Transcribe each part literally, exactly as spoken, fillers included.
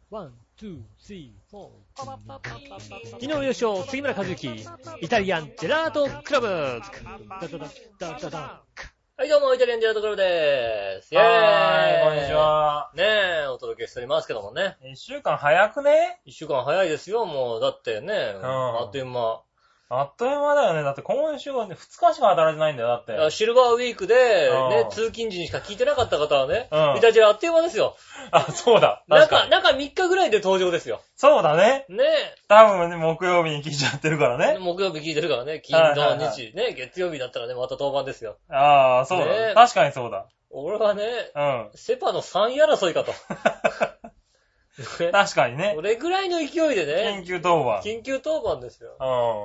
ワン、ツー、スリー、フォー。井上芳雄、杉村和之、イタリアンジェラートクラブ。ダダダダダダ。はい、どうも、イタリアンジェラートクラブでーす。イェーイ。 はーい、こんにちは。 ねえ、お届けしておりますけどもね。 一週間早くね一週間早いですよ、もう。だってね、うん、あっという間。 あっという間だよね。だって今週はね、二日しか働いてないんだよ、だって。 シルバーウィークで、ね、通勤時にしか聞いてなかった方はね、 うん。 イタジェラあっという間ですよ。 あ、そうだ。 中、中みっかぐらいで登場ですよ。 そうだね。 ねえ。 多分ね、木曜日に聞いちゃってるからね。 木曜日聞いてるからね、金土日、はいはいはい、ね、月曜日だったらね、また当番ですよ。 ああ、そうだ、ね。確かにそうだ。 俺はね、 うん。 セパのさんい争いかと。 確かにね。 これぐらいの勢いでね。 緊急当番。 緊急当番ですよ。 うん。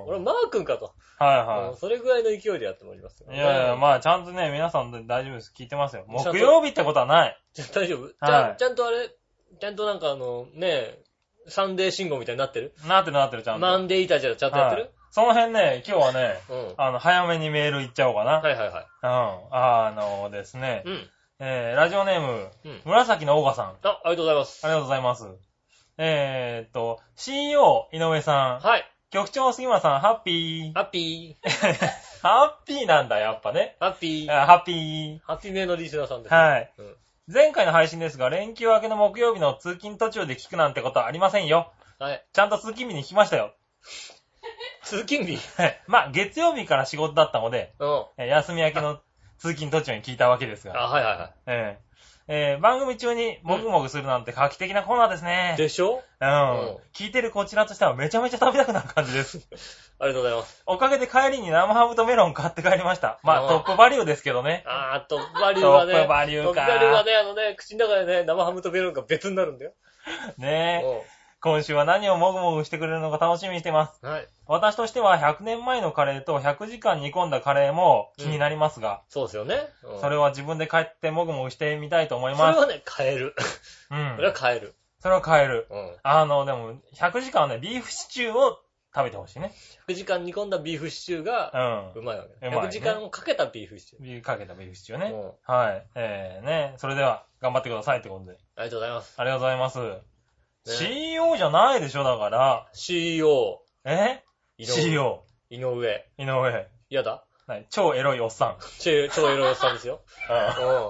俺はマー君かと。 はいはい、うん。 それぐらいの勢いでやっておりますよ、ね。 いやいや、まあちゃんとね、皆さん大丈夫です。聞いてますよ。木曜日ってことはない。 大丈夫、はい、ちゃんとあれ、ちゃんとなんかあの、ね、サンデー信号みたいになってるなってるなってる、ちゃんと。 マンデーイタジェラちゃんとやってる、はい、 その辺ね、今日はね、うん、あの、早めにメール行っちゃおうかな。 はいはいはい。 うん。あのですね、うん、えー、ラジオネーム、うん、紫のオーガさん。あ、 ありがとうございます。 ありがとうございます。えーっと、シーイーオー 井上さん。 はい。 局長杉村さん、ハッピー。 ハッピー。ハッピーなんだ、やっぱね。 ハッピー。 ハッピー。 ハッピーメイのリスナーさんです。 はい、うん。前回の配信ですが、連休明けの木曜日の通勤途中で聞くなんてことはありませんよ。 はい。 ちゃんと通勤日に聞きましたよ。 通勤日はい。まあ、月曜日から仕事だったので、うん、休み明けの通勤途中に聞いたわけですが。 あ、はいはいはい。 えーえー、番組中にもぐもぐするなんて画期的なコーナーですね。 でしょ？ うん、うん。聞いてるこちらとしてはめちゃめちゃ食べたくなる感じです。 ありがとうございます。 おかげで帰りに生ハムとメロン買って帰りました。まあ、トップバリューですけどね。 あー、トップバリューはね。 トップバリューか。トップバリューはね、あのね、口の中でね、生ハムとメロンが別になるんだよ。 ねえ。今週は何をもぐもぐしてくれるのか楽しみにしてます。はい。私としてはひゃくねんまえのカレーとひゃくじかん煮込んだカレーも気になりますが。うん、 そうですよね、 うん。それは自分で帰ってもぐもぐしてみたいと思います。 それはね、買える。うん。それは買える。 それは買える。うん。あの、でも、ひゃくじかんはね、ビーフシチューを食べてほしいね。 ひゃくじかん煮込んだビーフシチューが、うん。うまいわけ。ひゃくじかんをかけたビーフシチュー。 ね、かけたビーフシチューね。うん。はい。えー、ね。それでは、頑張ってくださいってことで。 ありがとうございます。 ありがとうございます。ね、シーイーオー じゃないでしょ、だから。 シーイーオー。 え ?シーイーオー。井上。 井上。 やだ超エロいおっさん。 超エロいおっさんですよ。うん。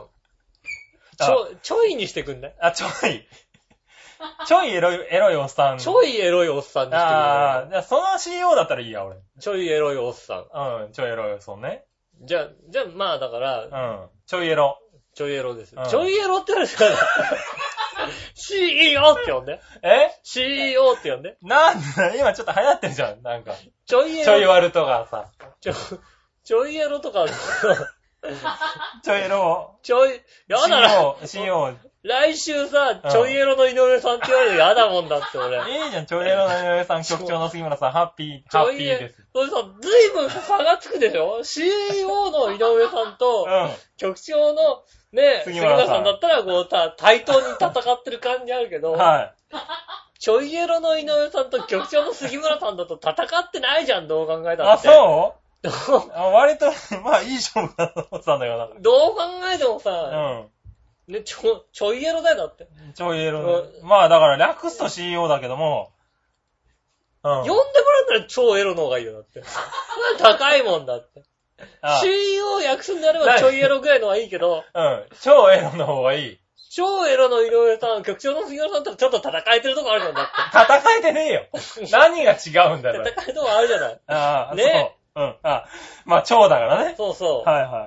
ちょ、ちょいにしてくんね。 あ、ちょい。ちょいエロい、エロいおっさん。 ちょいエロいおっさんにしてくんね。 ああ、じゃあその シーイーオー だったらいいや、俺。 ちょいエロいおっさん。うん、ちょいエロいおっさんね。 じゃあ、じゃあ、まあだから、 うん。ちょいエロ。 ちょいエロです。うん、ちょいエロって言われたら、シーイーオー って呼んで。 え ?シーイーオー って呼んで。 なんだ、今ちょっと流行ってるじゃん、なんか。 ちょいエロ。 ちょい割るとかさ。 ちょ、ちょいエロとか。 ちょいエロ。 ちょい、やだな。 シーイーオー、シーイーオー。 来週さ、ちょいエロの井上さんって言われるのやだもんだって俺。 いいじゃん、ちょいエロの井上さん、局長の杉村さん、ハッピー、ハッピーです。 それさ、ずいぶん差がつくでしょ ?シーイーオー の井上さんと、うん、局長のね、杉村さんだったらこう、対等に戦ってる感じあるけど、はい。ちょいエロの井上さんと局長の杉村さんだと戦ってないじゃん、どう考えたら。 あ、そう割と、まあいい勝負だと思ってたんだけどな。 どう考えてもさ、 うん。 ね、ちょ、ちょいエロだよ、だって。 ちょいエロ。まあだから略すと シーイーオー だけども、 うん。呼んでもらったら超エロの方がいいよ、だって。高いもんだって。シーイーオー 訳すんであればちょいエロぐらいの方がいいけど。 うん。超エロの方がいい。 超エロの井上さん、局長の杉村さんとちょっと戦えてるとこあるじゃん、だって。 戦えてねえよ。何が違うんだよ。 戦えてるとこあるじゃない。 ああ、ね。そう。うん。あまあ、超だからね。 そうそう。 はいはい。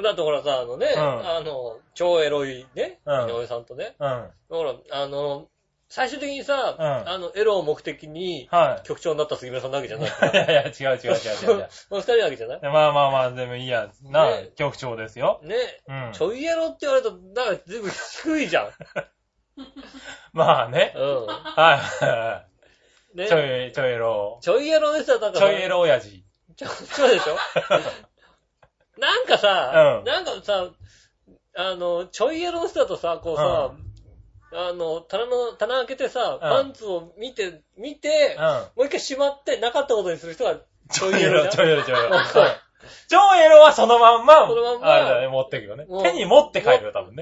だってほらさ、あのね、うん、あの、超エロいね、うん、井上さんとね。 うん。 ほら、あの、最終的にさ、うん、あの、エロを目的に、はい。局長になった杉村さんなわけじゃない。いやいや、違う違う違う違う。 二人なわけじゃないまあまあまあ、でもいいや、な、ね、局長ですよ。 ね。うん。ちょいエロって言われると、なんかずいぶん低いじゃん。 まあね。 うん。 はいはい。ね。ちょい、ちょいエロ。 ちょいエロですよ、だから。 ちょいエロ親父。 ちょ、そうでしょなんかさ、うん、なんかさ、あの、ちょいエロの人だとさ、こうさ、うん、あの、棚の、棚開けてさ、うん、パンツを見て、見て、うん、もう一回しまってなかったことにする人がちょいエロじゃん。 ちょいエロ、ちょいエロ。そう。超エロはそのまんま、そのまんま、あれだね、持ってくよね。手に持って帰るよ、多分ね。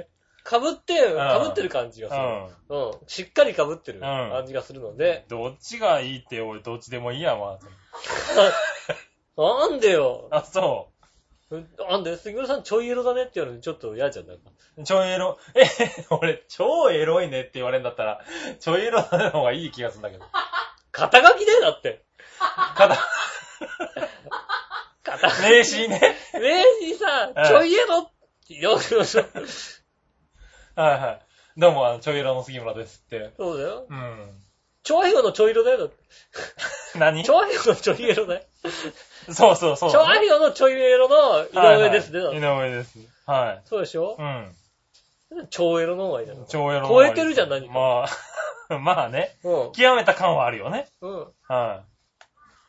被って、被ってる感じがする。うん。うん。しっかり被ってる感じがするので。 うん、どっちがいいって俺どっちでもいいや、まあ。なんでよ。 あ、そう。 なんで杉村さんちょいエロだねって言われるのちょっと嫌じゃん、なんか。 ちょいエロ。え、俺、超エロいねって言われるんだったら、ちょいエロの方がいい気がするんだけど。 肩書きだよ、だって。 肩、 肩名詞ね。 名詞さ、ちょいエロって言われるでしょ。 はいはい。どうも、あの、ちょいエロの杉村ですって。 そうだよ。 うん。 ちょいエロのちょいエロだよ、だって。 何ちょいエロのちょいエロだよ。 そうそうそう、ね。 ちょいエロのちょいエロの井上ですね。 はいはい、井上です。はい。 そうでしょ？ うん。 超エロの方がいいじゃん。 超エロの方がいい。超えてるじゃん、何か。 まあ、まあね。 うん。 極めた感はあるよね。 うん。 はい。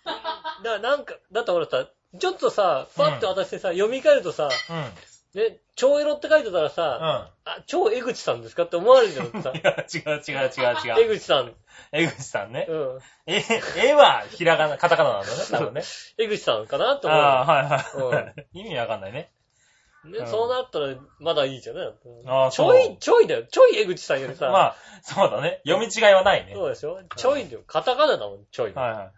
だからなんか、だって俺さ、ちょっとさ、パッと渡してさ、うん、読み替えるとさ、うん。ね、超エロって書いてたらさ、うん。あ、超江口さんですかって思われるじゃんさ。 いや、違う違う違う違う。江口さん。 江口さんね。 うん。 え、絵はひらがな、カタカナなんだね、多分ね。 江口さんかなって思う。 ああ、はいはい。うん、意味わかんないね。 ね、うん、そうなったらまだいいじゃない。 ああ、 ちょい、ちょいだよ。ちょい江口さんよりさ。 まあ、そうだね。読み違いはないね。 そうでしょ。ちょいだよ。カタカナだもん、ちょい。 はいはい。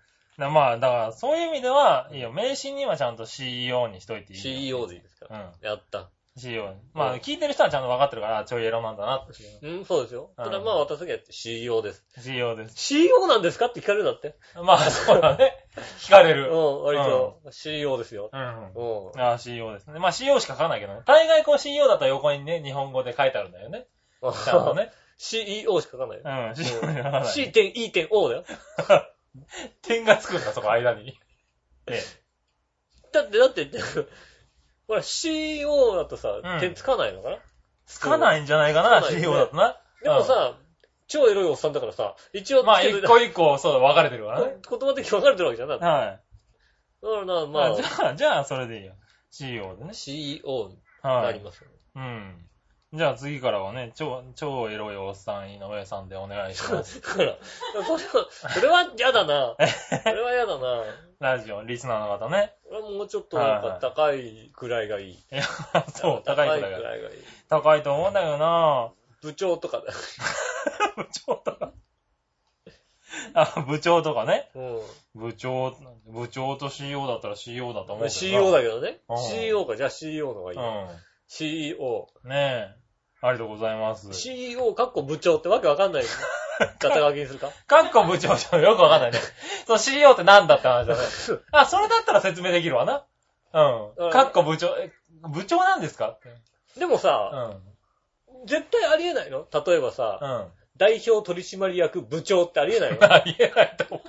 まあ、だから、そういう意味では、いいよ。名詞にはちゃんと シーイーオー にしといていい。 シーイーオー でいいですか。うん。やった。 シーイーオー。まあ、聞いてる人はちゃんと分かってるから、ちょいエロなんだなって。 うん、そうですよ。ただまあ、私がやって シーイーオー です。 シーイーオー です。 シーイーオー なんですかって聞かれるんだって。 まあ、そうだね。聞かれる。 うん、割と。シーイーオー ですよ。 うん。うん。ああ、シーイーオー ですね。まあ、シーイーオー しか書かないけどね。大概こう シーイーオー だったら横にね、日本語で書いてあるんだよね。ちゃんとね。 シーイーオー しか書かない。 うん、シーイーオー しか書かない。 C 点 E 点 O だよ。 点がつくんだ、そこ間に。 ええ。だって、だって、ほら、シーオー だとさ、うん、点つかないのかな？ つかないんじゃないかな、シーオー だとな。 でもさ、うん、超エロいおっさんだからさ、一応、 まあ、一個一個、そうだ、分かれてるからね。 言葉的に分かれてるわけじゃん。はい。だからな、まあ。 じゃあ、じゃあ、それでいいよ。シーオー でね。 シーオー になりますよね。 はい、うん。じゃあ次からはね、超、超エロいおっさん、井上さんでお願いします。 ほら、それは、それは嫌だな。それは嫌だな。 ラジオ、リスナーの方ね。 もうちょっとなんか高いくらいがいい。いや、そう、高いくらいがいい。高いと思うんだよな。 部長とかだ。 部長とか。あ、部長とかね。 うん。 部長、部長と シーオー だったら シーオー だと思うけど。 シーオー だけどね。シーオー か、じゃあ シーオー の方がいい。うん。シーオー。ねえ。ありがとうございます。 シーオー かっこ部長ってわけわかんない。肩書きにするかかっこ部長じゃよくわかんないね。そう、シーオー ってなんだって話だね。あ、それだったら説明できるわな。うん。かっこ部長、え、部長なんですかって。 でもさ、うん、絶対ありえないの？例えばさ、うん、代表取締役部長ってありえないの？ ありえないと思う。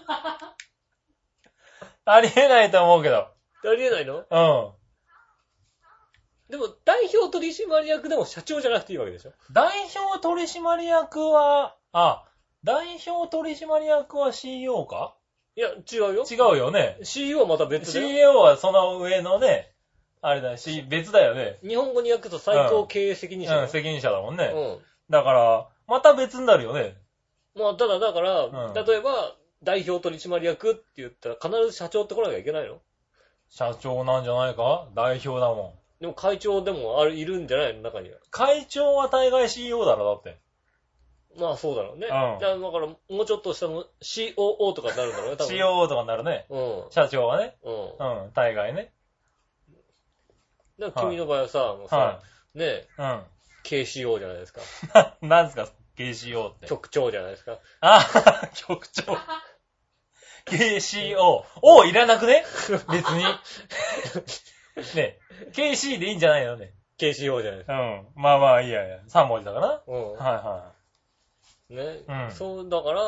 ありえないと思うけど。ありえないの？ うん。 でも、代表取締役でも社長じゃなくていいわけでしょ？ 代表取締役は、あ、代表取締役は シーイーオー か？ いや、違うよ。 違うよね。 シーイーオー はまた別だよ。 シーイーオー はその上のね、あれだし、別だよね。 日本語に訳すと最高経営責任者だ、 うん。うん、責任者だもんね。うん。だから、また別になるよね。 まあ、ただだから、うん、例えば、代表取締役って言ったら必ず社長って来なきゃいけないの？ 社長なんじゃないか？代表だもん。 でも会長でもある、いるんじゃないの中には。 会長は大概 シーイーオー だろ、だって。 まあそうだろうね。 うん。 じゃあだからもうちょっと下の シーオーオー とかになるんだろうね、多分。 シーオーオー とかになるね。うん。社長はね。うん。うん、大概ね。 だから君の場合はさ、はい、もうさ、はい、ねえ。うん。ケーシーオー じゃないですか。 なんですか ケーシーオー って。 局長じゃないですか。 あ局長。ケーシーオー。O いらなくね別に。ねえ。ケーシー でいいんじゃないのね。 ケーシーオー じゃないですか。 うん。まあまあいいやいや。さん文字だから。 うん。 はいはい。 ね。うん。そう、だから、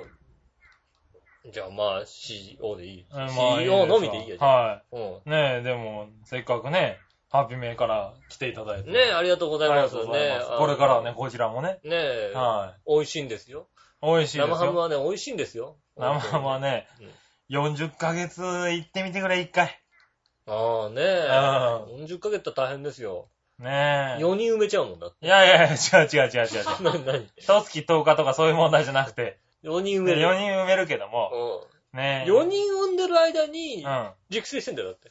じゃあまあ シーオー でいい。 うん、まあ、 シーオー のみでいいやじゃん。 はい。うん。ねえ、でも、せっかくね、ハッピーメーから来ていただいて。 ねえ、ありがとうございます。ありがとうございます。 ね、これからはね、こちらもね。 ねえ。はい。美味しいんですよ。 美味しいですよ。 生ハムはね、美味しいんですよ。 生ハムはね、うん、よんじゅっかげつ行ってみてくれ、一回。 ああ、ねえ。よんじゅっかげつって大変ですよ。 ねえ。 よにん埋めちゃうもんだって。 いやいやいや、違う違う違う違う違う。 何何？ 一月とおかとかそういう問題じゃなくて。 よにん埋める。 よにん埋めるけども。うん。ねえ。 よにん産んでる間に、うん。熟睡してんだよ、だって。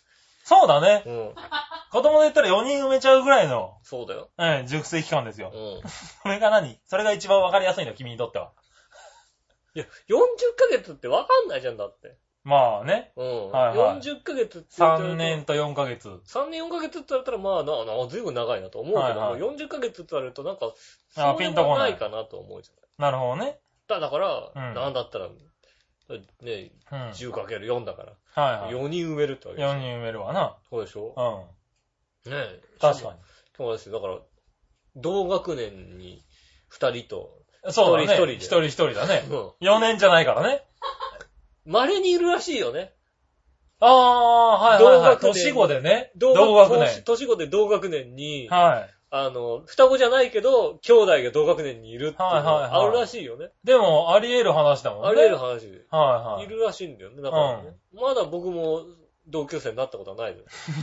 そうだね。うん。子供で言ったらよにん埋めちゃうぐらいの。 そうだよ。 ええ、熟成期間ですよ。うん。それが何？それが一番わかりやすいの、君にとっては。 いや、よんじゅっかげつってわかんないじゃんだって。まあね。 うん。はいはい、よんじゅっかげつって言ったら。さんねんとよんかげつ。 さんねんよんかげつって言ったら、まあ、な、な、ずいぶん長いなと思うけど、はいはい、よんじゅっかげつって言われるとなんか、 あピンとこないかなと思うじゃない。なるほどね。 だから、うん、なんだったら、ね、うん、じゅうかけるよん だから。はいはい。よにん埋めるってわけですよ。 よにん埋めるわな。 そうでしょ？うん。ねえ。 確かに。 そうですよ。だから、同学年にふたりと、 そうだね。一人一人で。一人一人だね。うん。よねんじゃないからね。 稀にいるらしいよね。 ああ、はいはいはい。年子でね。同学年。 年子で同学年に、はい。あの、双子じゃないけど、兄弟が同学年にいるっていうのがあるらしいよね。はいはいはい、 でも、あり得る話だもんね。 あり得る話で。 はいはい。 いるらしいんだよね。だからね、うん、まだ僕も同級生になったことはないです。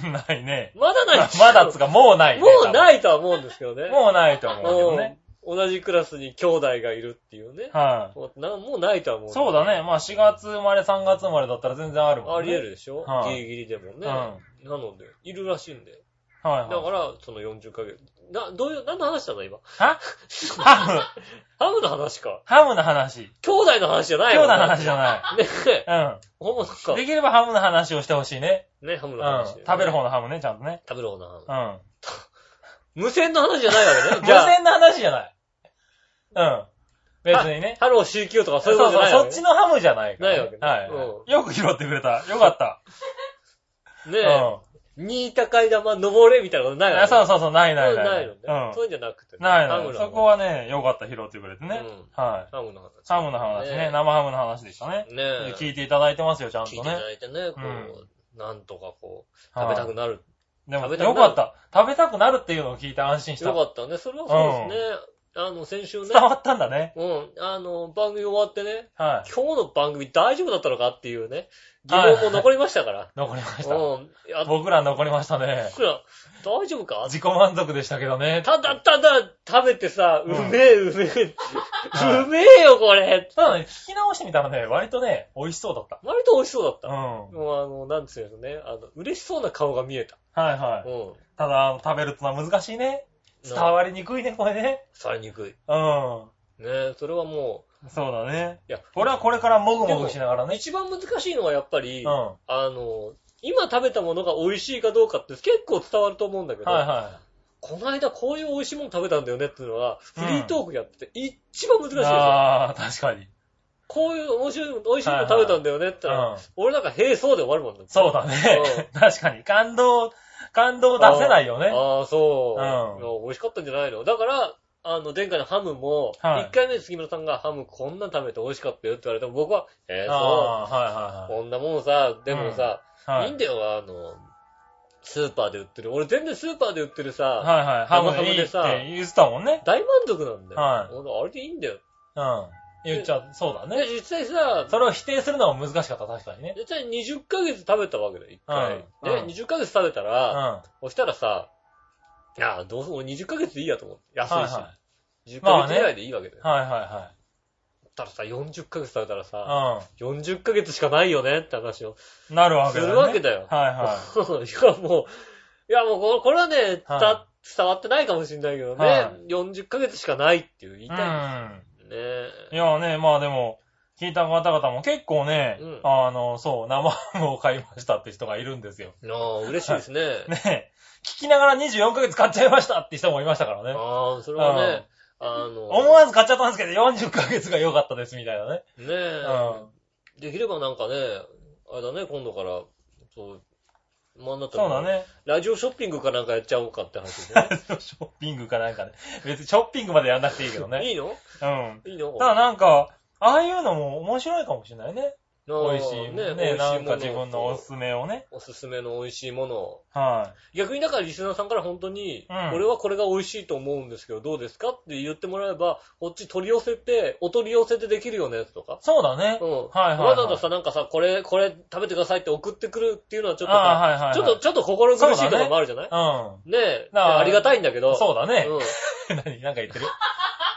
ないね。 まだないまだつか、もうない、ね。 もうないとは思うんですけどね。 もうないと思うけどね。 同じクラスに兄弟がいるっていうね。はい、あ。もうないとは思う。 そうだね。まあしがつ生まれさんがつ生まれだったら全然あるもんね。 あり得るでしょ、はあ、ギリギリでもね、うん。なので、いるらしいんで。はい、はい。だから、そのよんじゅっかげつ。な、どういう、何の話したの今。 はハム。 ハムの話か。 ハムの話。 兄弟の話じゃないよ、ね。兄弟の話じゃない。ねえ。うん。ほんまか。 できればハムの話をしてほしいね。 ね、ハムの話、ね、 うん。食べる方のハムね、ちゃんとね。 食べる方のハム。うん。無線の話じゃないわけね。 無線の話じゃない。うん。別にね。 ハロー シーキュー とかそういうことじゃないわけ、ね。 そうそう、そっちのハムじゃないから、 ね。ないわけね。 はい、うん。よく拾ってくれた。よかった。 ねえ。うん。新高い玉登れみたいなことないわけ、ね。 そうそうそう、ないないない。 ないのね。うん。そういうんじゃなくて、ね。 ないの。そこはね、よかった、拾ってくれてね。うん。はい。 ハムの話。 ハムの話ね。生ハムの話でしたね。ねえ。聞いていただいてますよ、ちゃんとね。聞いていただいてね、こう、うん、なんとかこう、食べたくなる。 でも、よかった。食べたくなるっていうのを聞いて安心した。 よかったね。それはそうですね。うん、あの、先週ね。 伝わったんだね。 うん。あの、番組終わってね。はい。今日の番組大丈夫だったのかっていうね。疑問も残りましたから。はい、 残りました。うん。僕ら残りましたね。 僕ら、大丈夫か自己満足でしたけどね。 ただただ食べてさ、うめえ、うめえ。うめえよ、これ。 ただね、聞き直してみたらね、割とね、美味しそうだった。 割と美味しそうだった。うん。 もうあの、なんつうのね、あの、嬉しそうな顔が見えた。 はいはい。うん。ただ、食べるってのは難しいね。伝わりにくいね、これね。 伝わりにくい。 うん。 ねえ、それはもう。そうだね。いや、これはこれからもぐもぐしながらね。 一番難しいのはやっぱり、うん、あの、今食べたものが美味しいかどうかって結構伝わると思うんだけど、はいはい。この間こういう美味しいもの食べたんだよねっていうのは、フリートークやってて一番難しいですよ。 ああ、確かに。 こういう面白い、美味しいもの食べたんだよねって言ったら、はいはい、俺なんか、へえ、そうで終わるもんだ。 そうだね。うん、確かに。感動、感動出せないよね。 ああ、そう、うん。美味しかったんじゃないのだから、あの、前回のハムも、はい、いっかいめで杉村さんがハムこんなん食べて美味しかったよって言われても、僕は、えー、そう、はいはいはい、こんなもんさ、でもさ、うんはい、いいんだよ、あの、スーパーで売ってる。俺全然スーパーで売ってるさ、 はいはい、ハムハムでさ、言ってたもんね。 大満足なんだよ。はい。俺、あれでいいんだよ。 うん。言っちゃう。そうだね。 で、実際さ、 それを否定するのは難しかった、確かにね。 実際にじゅっかげつ食べたわけだよ、いっかい。うん、で、にじゅっかげつ食べたら、うん、そしたらさ、いや、どうせ俺にじゅっかげつでいいやと思って。安いし。はいはい、じゅっかげつぐらいでいいわけだよ。 まあね、はいはいはい。 たらさ、よんじゅっかげつ食べたらさ、うん、よんじゅっかげつしかないよねって話を。 なるわけだよ、ね。 するわけだよ。 はいはい。 いやもう、いやもうこれはね、はい、伝わってないかもしれないけどね、はい、よんじゅっかげつしかないっていう言いたい。うんねいやね、まあでも、聞いた方々も結構ね、うん、あの、そう、生ハムを買いましたって人がいるんですよ。 ああ、嬉しいですね。 ね聞きながらにじゅうよんかげつ買っちゃいましたって人もいましたからね。 ああ、それはね、うん、あの、 思わず買っちゃったんですけど、よんじゅっかげつが良かったですみたいなね。 ねえ、うん。できればなんかね、あれだね、今度から、そう、まあ、なったら、そうだね。ラジオショッピングかなんかやっちゃおうかって話ですね。 ラジオショッピングかなんかね。別にショッピングまでやんなくていいけどね。 いいのうん。 いいのただなんか、ああいうのも面白いかもしれないね。美味しいね。ね、なんか自分のおすすめをね。 おすすめの美味しいものを。 はい。 逆にだからリスナーさんから本当に、うん、俺はこれが美味しいと思うんですけど、どうですかって言ってもらえば、こっち取り寄せて、お取り寄せてできるようなやつとか。 そうだね。 うん。 はいはい、はい。 わざわざさ、なんかさ、これ、これ食べてくださいって送ってくるっていうのはちょっとさ、はいはいはい、ちょっと、ちょっと心苦しいとかもあるじゃない？う、ね、うん。ねえ。ありがたいんだけど。 そうだね。うん。何なんか言ってる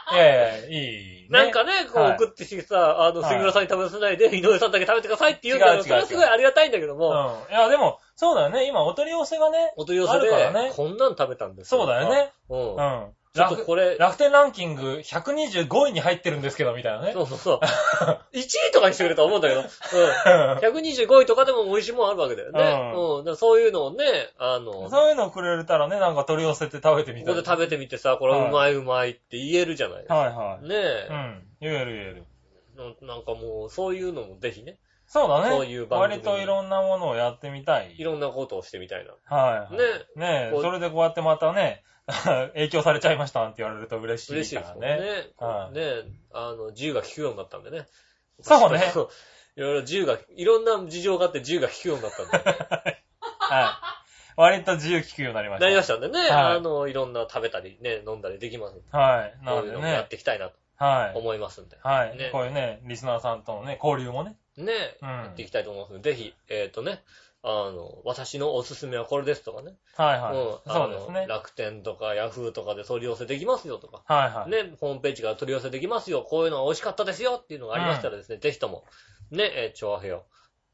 いやいや、いい、 ね。なんかね、こう送ってきてさ、あの、杉村さんに食べさせないで、井上さんだけ食べてくださいって言うんだけど、それはすごいありがたいんだけども。 うん。いや、でも、そうだよね。今、お取り寄せがね、 お取り寄せで、ね、こんなん食べたんですよ。そうだよね。 うん。うん。 ちょっとこれ、楽天ランキングひゃくにじゅうごいに入ってるんですけど、みたいなね。 そうそうそう。いちいとかにしてくれたら思うんだけど、うん。ひゃくにじゅうごいとかでも美味しいもんあるわけだよね。うん。うん、そういうのをね、あの。 そういうのをくれたらね、なんか取り寄せて食べてみたい。 ここで食べてみてさ、これうまいうまいって言えるじゃないですか。 はいはい。 ねえ。 うん。言える言える。 な, なんかもう、そういうのもぜひね。 そうだね。 そういう番組。 割といろんなものをやってみたい。 いろんなことをしてみたいな。 はい、 ね。 ねえ、それでこうやってまたね、影響されちゃいましたなんて言われると嬉しいからね。嬉しいですね。はい。ねえ、あの、自由が利くようになったんでね。 そうね。 いろいろ自由が、いろんな事情があって自由が利くようになったんで。 はい。割と自由利くようになりました。 なりましたんでね。はい、あの、いろんな食べたりね、飲んだりできます。 はい。 なのでね。こういうのやっていきたいなと。はい。思いますんで。 はい。ね、こういうね、リスナーさんとのね、交流もね。 ね、うん、やっていきたいと思いますので、ぜひ、えっとね、あの、私のおすすめはこれですとかね。 はいはい。うん、 そうですね。楽天とかヤフーとかで取り寄せできますよとか。はいはい。ね、ホームページから取り寄せできますよ。こういうのは美味しかったですよっていうのがありましたらですね、うん、ぜひとも、ね、えー、ちょわへよ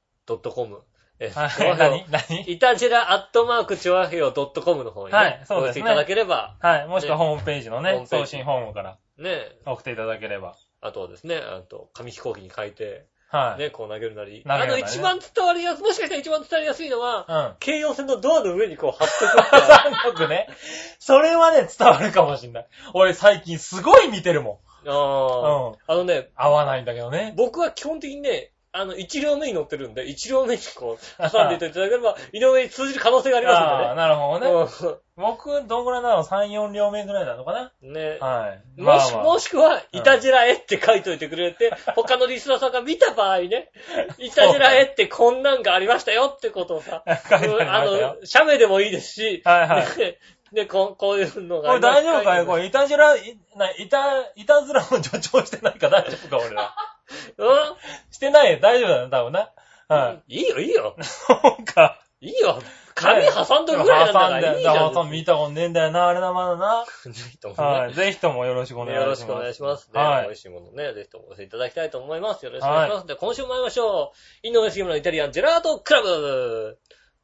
.com。えー、はい、何何いたじらアットマークちょわへよ .com の方にね、はい、そうですね。送っていただければ。 はい。もしくはホームページのね、ね送信ホームから。 ね。 送っていただければ。 あとはですね、あと、紙飛行機に書いて、 はい。 ね、こう投げるなり。あの、一番伝わりやすい、もしかしたら一番伝わりやすいのは、うん。京葉線のドアの上にこう貼っとくって。 貼っとくね。それはね、伝わるかもしんない。俺最近すごい見てるもん。 ああ。うん。あのね。 合わないんだけどね。 僕は基本的にね、あの、一両目に乗ってるんで、一両目にこう、挟んでいただければ、井上に通じる可能性がありますんでね。 ああ、なるほどね。僕、どんぐらいなの ?さん、よん両目ぐらいなのかなね。 はい。 もし、まあまあ、もしくは、いたじらえって書いといてくれて、うん、他のリスナーさんが見た場合ね、いたじらえってこんなんがありましたよってことをさ、 書いてありましたよ。 あの、写メでもいいですし、 はいはい。 ねで、こう、こういうのがこれ大丈夫かよこれ、いたじら、い、な、いた、いたずらを助長してないか大丈夫か俺ら。 うんしてないよ。大丈夫だよ、多分な。 はい。いいよ、いいよ。 そうか。 いいよ。紙挟んどくぐらいなんだからいいじゃん。 挟んで見たことねえんだよな、あれな、まだな。ぜひとも、ね。はい。ぜひともよろしくお願いします。よろしくお願いします。ね、はい。美味しいものね、ぜひともお寄せいただきたいと思います。よろしくお願いします。はい、で、今週も参りましょう。井上杉村のイタリアンジェラートクラブ。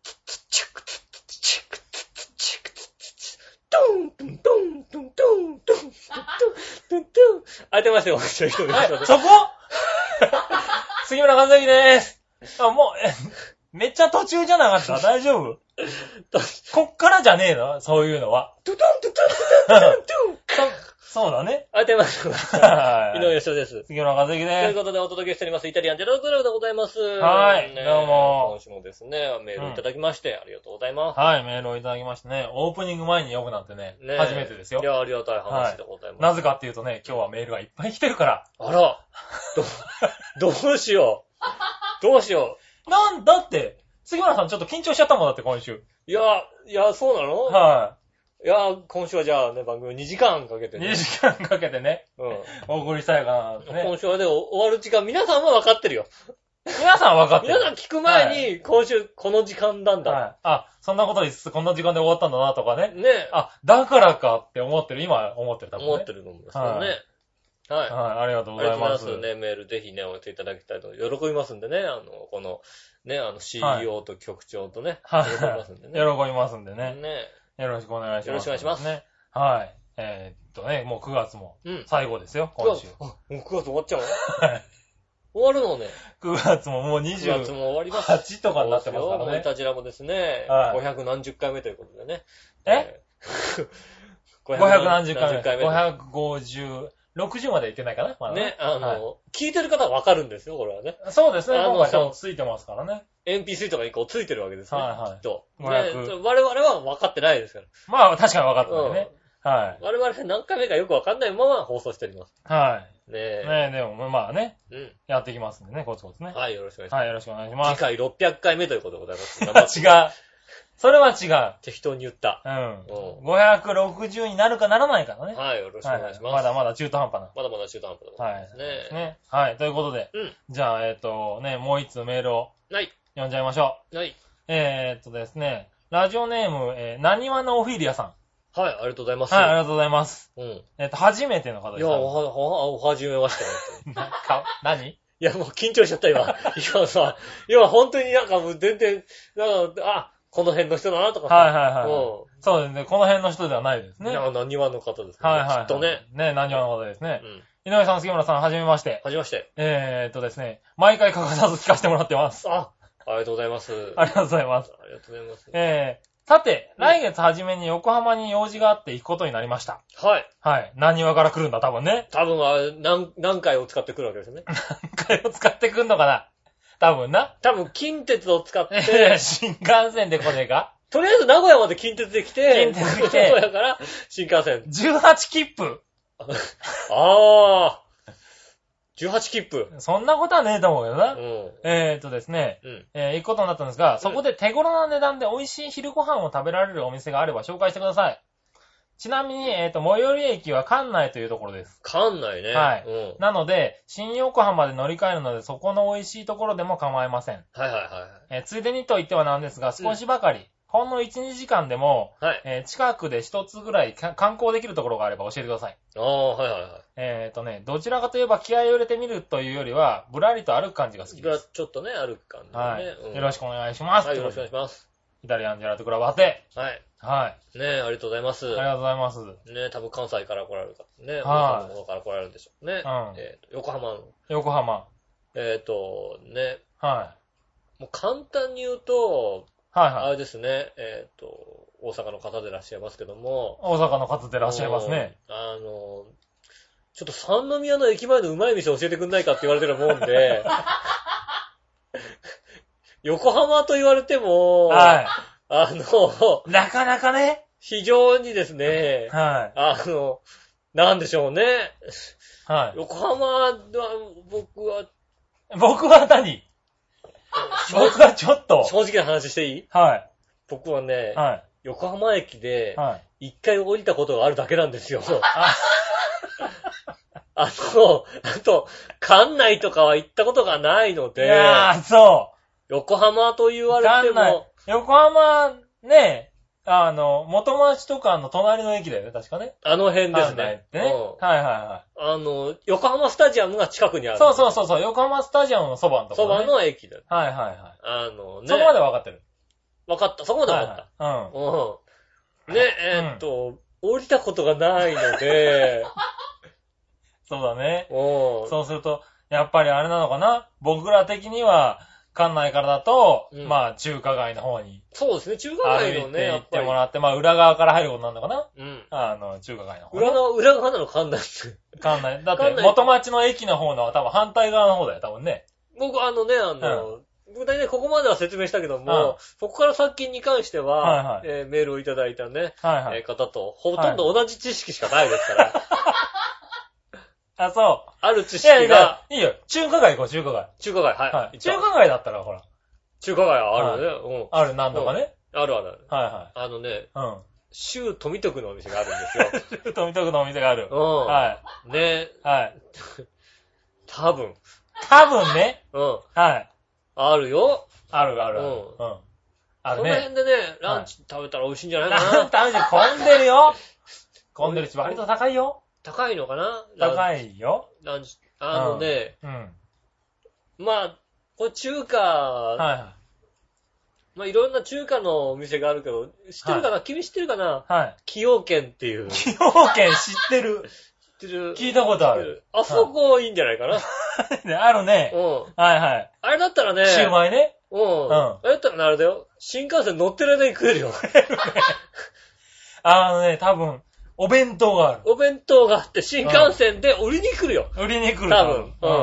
トントントントントントントントントントン。開いてますよ、はい、 そこ杉村和之でーす。あ、もう、え、めっちゃ途中じゃなかった大丈夫こっからじゃねえのそういうのは。 トゥトントゥトントゥトントゥトンそうだね。 開いてますよ。井上芳雄です。 杉村和之です。 ということでお届けしておりますイタリアンジェラートクラブでございます。 はい。ね、どうも。 今週もですね、メールいただきまして、うん、ありがとうございます。 はい、メールをいただきましてね、オープニング前に読むなんてね、ね初めてですよ。 いや、ありがたい話でございます。 はい、なぜかっていうとね、今日はメールがいっぱい来てるから。 あら。ど、どうしよう。どうしよう。なんだって、杉村さんちょっと緊張しちゃったもんだって今週。 いや、いや、そうなのはい。 いや、今週はじゃあね、番組にじかんかけてね。にじかんかけてね。うん。お送りしたいかなってね。 今週はね、終わる時間、皆さんは分かってるよ。 皆さんは分かってる。 皆さん聞く前に、はい、今週この時間なんだ。はい。 あ、そんなこと言いつつこんな時間で終わったんだなとかね。 ね。 あ、だからかって思ってる。今思ってる、 多分ね。思ってると思うんですよね。はい。 はい。ありがとうございます。ありがとうございますね。メールぜひね、お寄せいただきたいと喜びますんでね。あの、この、ね、あの シーイーオー と局長とね。 はい。喜びますんでね。喜びますんでね。 ね。 よろしくお願いします。 よろしくお願いします。 ね。はい。えー、っとね、もうくがつも最後ですよ、うん、今週。 あ、もうくがつ終わっちゃうのはい。終わるのね。 くがつももうにじゅうはちくがつも終わります。 とかになってますからね。 もういたじらもですね、はい、ごひゃくなんじゅっかいめということでね。 えごひゃくなんじゅっかいめ。ごひゃくごじゅう、ろくじゅうまでいってないかな、まだね。 ね、あの、はい、聞いてる方はわかるんですよ、これはね。 そうですね、今回多分ついてますからね。 エムピースリー とかにこうついてるわけですね。 はいはい。 きっと。ね、我々は分かってないですから。 まあ確かに分かってないね。うん、はい。 我々何回目かよく分かんないまま放送しております。 はい。 ねえ。 ねえ、でもまあね。うん。やっていきますんでね、コツコツね。 はい、よろしくお願いします。 はい、よろしくお願いします。 次回ろっぴゃっかいめということでございます。 違う。それは違う。 適当に言った。 うん。ごひゃくろくじゅうになるかならないかね。 はい、よろしくお願いします。はい、 まだまだ中途半端な。 まだまだ中途半端でございますね。はい。 ね。はい、ということで。うん。じゃあ、えっと、ね、もう一つメールを。 はい。 読んじゃいましょう。はい。 えーっとですね、ラジオネーム、えー、なにわのオフィリアさん。 はい、ありがとうございます。 はい、ありがとうございます。 うん。 えっと、初めての方です。 いや、おは、おは、おはじめまして。 なか、何いや、もう緊張しちゃった、今。今さ、今本当になんかもう全然、なんか、あ、この辺の人だなとかさ。 はいはいはい。うん、そうですね、この辺の人ではないですね。 いや、何話の方ですね。 はいはい、はい。 きっとね。 ね、何話の方ですね。うん。井上さん、杉村さん、はじめまして。 はじめまして。 えーっとですね、毎回欠かさず聞かせてもらってます。 あ、ありがとうございます。 ありがとうございます。 ありがとうございます。 えー、さて、来月初めに横浜に用事があって行くことになりました。 はい。 はい。何話から来るんだ、多分ね。 多分は何、何回を使ってくるわけですよね。 何回を使ってくんのかな。多分な。 多分、近鉄を使って。 新幹線で来ねえか。 とりあえず名古屋まで近鉄で来て。 近鉄で来て。 名古屋から新幹線。 じゅうはち切符。 ああ。じゅうはち切符。 そんなことはねえと思うよな。うん、えーっとですね、うん、えー、行くことになったんですが、そこで手頃な値段で美味しい昼ご飯を食べられるお店があれば紹介してください。ちなみに、えーっと、最寄り駅は関内というところです。 関内ね。 はい。うん、なので、新横浜で乗り換えるので、そこの美味しいところでも構いません。 はいはいはい。 えー、ついでにと言ってはなんですが、少しばかり、うん、ほんのいち、にじかんでも、はい、えー、近くで一つぐらい観光できるところがあれば教えてください。 ああ、はいはいはい。 えっとね、どちらかといえば気合を入れてみるというよりは、ぶらりと歩く感じが好きです。 ちょっとね、歩く感じ、ね。 はい、 うん。 よろしくお願いします。 はい、よろしくお願いします。 イタリアンジェラートクラブ宛て。 はい。 はい。 ねえ、ありがとうございます。 ありがとうございます。 ねえ、多分関西から来られる方ね。 はい。 大阪の方から来られるんでしょうね。 うん。 えっと、横浜の。 横浜。 えっと、ね。 はい。 もう簡単に言うと、 はいはい。 あれですね、えっと、大阪の方でいらっしゃいますけども。 大阪の方でいらっしゃいますね。 あの、ちょっと三宮の駅前のうまい店教えてくんないかって言われてるもんで、横浜と言われても、はい。あの、 なかなかね、 非常にですね、はい。あの、なんでしょうね。はい。横浜は、僕は、 僕は何僕はちょっと。 正直な話していい？はい。僕はね、はい。横浜駅で、はい。一回降りたことがあるだけなんですよ。ああの、あと、関内とかは行ったことがないので、いやー、そう。 横浜と言われても、 横浜、ね、あの、元町とかの隣の駅だよね、確かね。 あの辺ですね。 ね、うん。はいはいはい。 あの、横浜スタジアムが近くにある。 そうそうそうそう、横浜スタジアムのそばのところ、 ね。そばの駅だよ。 はいはいはい。 あのね。 そこまで分かってる。 分かった、そこまで分かった。はいはい、うん。うん。ね、えー、っと、うん、降りたことがないので、 そうだね。そうすると、やっぱりあれなのかな？僕ら的には、館内からだと、うん、まあ、中華街の方に。 そうですね、中華街のね。 歩いて行ってもらって、まあ、裏側から入ることになるのかな？うん。あの、中華街の方、ね。 裏側、裏側なの館内って。 館内。だって、元町の駅の方の多分反対側の方だよ、多分ね。 僕、あのね、あの、うん僕大体ここまでは説明したけども、うん、そこから先に関しては、はいはいえー、メールをいただいたね、はいはいえー、方とほとんど同じ知識しかないですから。はいあ、そう。 ある知識が。いやいや、 いいよ。中華街行こう、中華街。 中華街、はい。 はい、中華街だったら、ほら。 中華街はあるね。はい、うん。 ある、なんとかね、 うん。あるある。 はいはい。 あのね、うん。周富徳のお店があるんですよ。 周富徳のお店がある。 うん。はい。ね。 はい。 多分。 多分ね。 うん。はい。あるよ。 あるあるある。うん。うん。 あるね。この辺でね、ランチ食べたら美味しいんじゃないかな。 ランチ混んでるよ。混んでるし、割と高いよ。 高いのかな？ 高いよ。 ランチ、あのね、うん。うん、まあ、これ中華、はいはい。まあいろんな中華のお店があるけど、知ってるかな、はい、君知ってるかなはい。崎陽軒っていう。 崎陽軒知ってる。知ってる。聞いたことある。 あそこいいんじゃないかな。 あるね。うん。はいはい。 あれだったらね。 シウマイね。 うん。うん。あれだったらね、あれだよ。新幹線乗ってる間に食えるよ。 あのね、多分、お弁当がある。 お弁当があって、新幹線で売りに来るよ。 売りに来る。 多分。うん。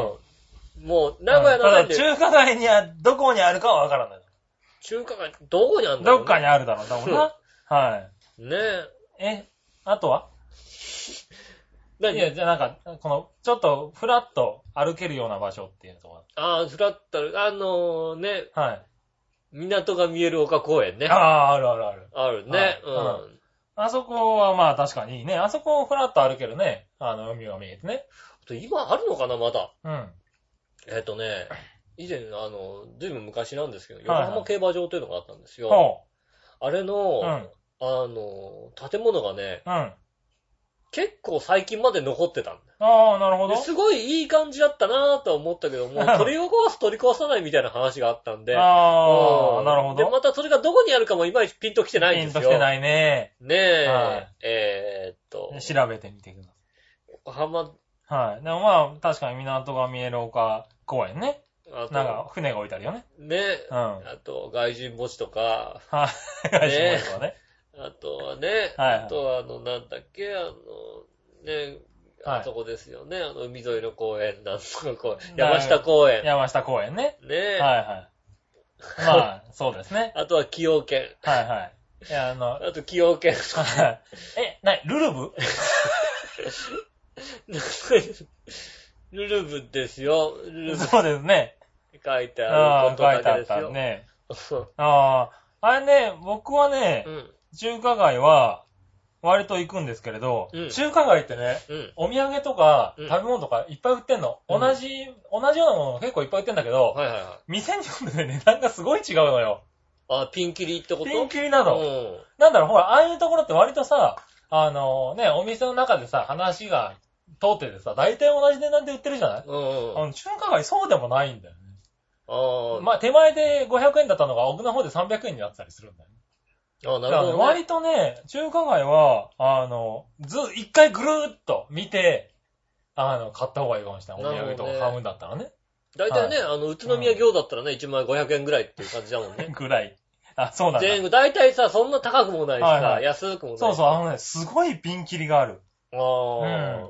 もう、名古屋の中で。中華街には、どこにあるかはわからない。 中華街、どこにあるんだろう、 ね、どっかにあるだろう、多分な。はい。 ねえ。え、あとは何いや、じゃあなんか、この、ちょっと、ふらっと歩けるような場所っていうところ。 ああ、ふらっと、あのー、ね。はい。港が見える丘公園ね。 ああ、あるあるある。 あるね。はい、うん。うんあそこはまあ確かにいいね。あそこをふらっと歩けるね。あの、海が見えてね。 今あるのかな、まだ。 うん。 えっ、ー、とね、以前、あの、ずいぶん昔なんですけど、横浜競馬場というのがあったんですよ。はいはい、あれの、うん、 あの、建物がね、 うん。 結構最近まで残ってたんだ。 ああ、なるほど。 すごいいい感じだったなぁと思ったけども、取り壊す取り壊さないみたいな話があったんで。 ああ、なるほど。 で、またそれがどこにあるかもいまいちピンときてないんですよ。 ピンときてないね。 ねえ。はい、えー、っと。 調べてみてください。 横浜。 はい。でもまあ、確かに港が見える丘公園ね。あとなんか、船が置いてあるよね。 ねえ。うん。あと、外人墓地とか。 はい。外人墓地とかね。 あとはね、はい、あとはあの、なんだっけ、あの、ね、あそこですよね、あの、海沿いの公園、なんとか公園、山下公園。 山下公園ね。 ねえ。 はいはい。まあ、そうですね。 あとは崎陽軒。 はいはい。いや、あの、 あと崎陽軒。 はい。え、なに、ルルブルルブですよ。ルルブ。 そうですね。 書いてあることだけですよ。 書いてあったね。ああ、あれね、僕はね、うん、中華街は、割と行くんですけれど、うん、中華街ってね、うん、お土産とか、食べ物とかいっぱい売ってんの。うん、同じ、同じようなもの結構いっぱい売ってんだけど、はいはいはい、店によってね、値段がすごい違うのよ。 あ、ピンキリってこと？ ピンキリなの。うん、なんだろう、ほら、ああいうところって割とさ、あのね、お店の中でさ、話が通っててさ、大体同じ値段で売ってるじゃない？うんうん、あの中華街そうでもないんだよね。あまあ、手前でごひゃくえんだったのが奥の方でさんびゃくえんになってたりするんだよね。 あ、なるほど、ね。 割とね、中華街は、あの、ず、一回ぐるーっと見て、あの、買った方がいいかもしれない。お土産とか買うんだったらね。 大体ね、はい、あの、宇都宮餃子だったらね、いちまんごひゃくえんぐらいっていう感じだもんね。 ぐらい。あ、そうなんだ。 全部、大体さ、そんな高くもないしさ、はいはい、安くもないし。 そうそう、あのね、すごいピンキリがある。ああ。うん。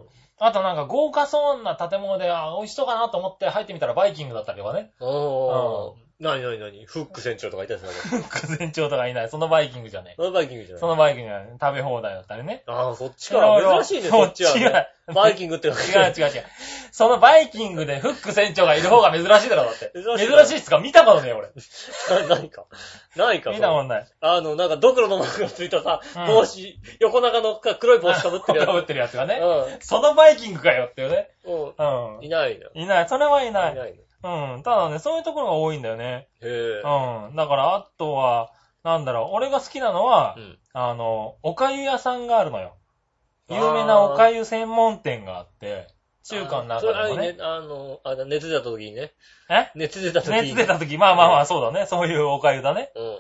あとなんか豪華そうな建物で、あ、美味しそうかなと思って入ってみたらバイキングだったりとかね。 ああ。なになになにフック船長とかいたやつだフック船長とかいない。そのバイキングじゃねえ。 そのバイキングじゃない。 そのバイキングじゃない。食べ放題だったりね。 ああ、そっちから珍しいね、そっちは、ね。違う。バイキングってのは。 違う違う違う。そのバイキングでフック船長がいる方が珍しいだろ、だって。珍しい。珍しいっすか見たことねえ、俺。 何か。何か。 見たことない。 あの、なんかドクロのマークがついたさ、うん、帽子、横長の黒い帽子かぶってるやつ。 かぶってるやつがね。うん。そのバイキングかよっていうね。 うん。うん。いないな。 いない。それはいない。 いないの。 うん。ただね、そういうところが多いんだよね。 へぇうん。だから、あとは、なんだろう、俺が好きなのは、うん、あの、おかゆ屋さんがあるのよ。有名なおかゆ専門店があって、中華の中でもね。それね、あの、あ熱出た時にね。 え熱出た時に。 熱出た時、まあまあまあ、そうだね。そういうおかゆだね。うん。うん。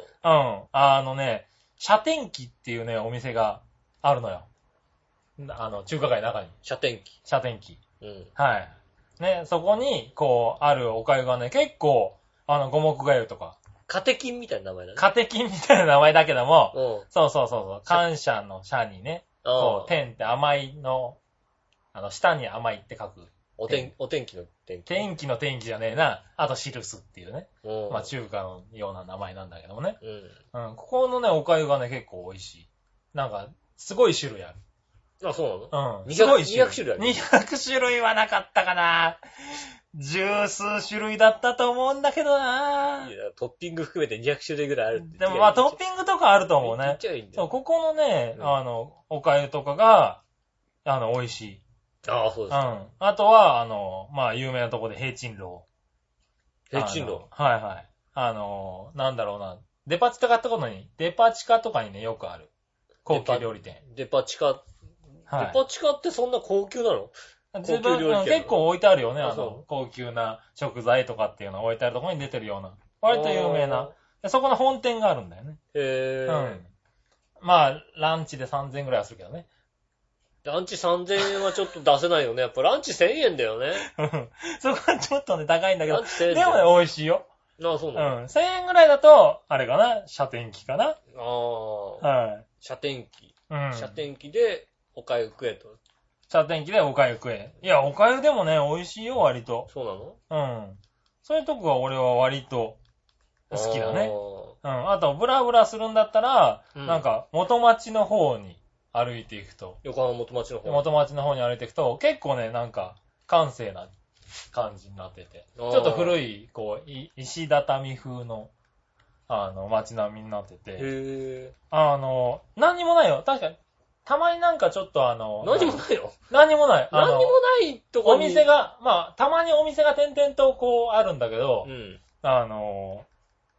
あのね、謝天記っていうね、お店があるのよ。あの、中華街の中に。 謝天記。 謝天記。うん。はい。ね、そこに、こう、あるおかゆがね、結構、あの、五目がゆとか。 カテキンみたいな名前だね。 カテキンみたいな名前だけども、うん、そうそうそうそう、感謝の謝にね、こう、天って甘いの、あの、下に甘いって書く。 お天、お天気の天気。 天気の天気じゃねえな、あとシルスっていうね。うん、まあ中華のような名前なんだけどもね。うん。うん、ここのね、おかゆがね、結構美味しい。なんか、すごい種類ある。 あ、そうなのうん。すごい種類。 にひゃく種類ある。 にひゃく種類はなかったかな。十数種類だったと思うんだけどな。 いや、トッピング含めてにひゃく種類ぐらいあるって。 でもまあトッピングとかあると思うね。いいそう、ここのね、うん、あの、おかゆとかが、あの、美味しい。 ああ、そうですか。 うん。あとは、あの、まあ、有名なとこで平鎮楼。 平鎮楼はいはい。あの、なんだろうな。デパ地下ってことに、デパ地下とかにね、よくある。高級料理店。 デパ地下。はい、デパ地下ってそんな高級なの？ 高級料理店。結構置いてあるよね、あの、高級な食材とかっていうのを置いてあるところに出てるような。割と有名な。そこの本店があるんだよね。 へー。うん。 まあ、ランチでさんぜんえんぐらいはするけどね。 ランチさんぜんえんはちょっと出せないよね。やっぱランチせんえんだよね。 そこはちょっとね、高いんだけど。 ランチせんえんでもね、美味しいよ。 ああ、そうなの、 うん。せんえんぐらいだと、あれかな、謝天記かな。ああ。 はい。 謝天記。 うん。 謝天記で、おかゆ食えと。 謝天記でおかゆ食え。いや、おかゆでもね、美味しいよ、割と。 そうなのうん。そういうとこは俺は割と好きだね。うん。あと、ブラブラするんだったら、うん、なんか、元町の方に歩いていくと。 横浜元町の方元町の方に歩いていくと、結構ね、なんか、閑静な感じになってて。ちょっと古い、こう、石畳風の、あの、街並みになってて。 へー。 あの、何にもないよ。確かに、たまになんかちょっとあの、 何にもないよ。 何にもない。 何にもないとこに。お店が、まあ、たまにお店が点々とこうあるんだけど、うん、あの、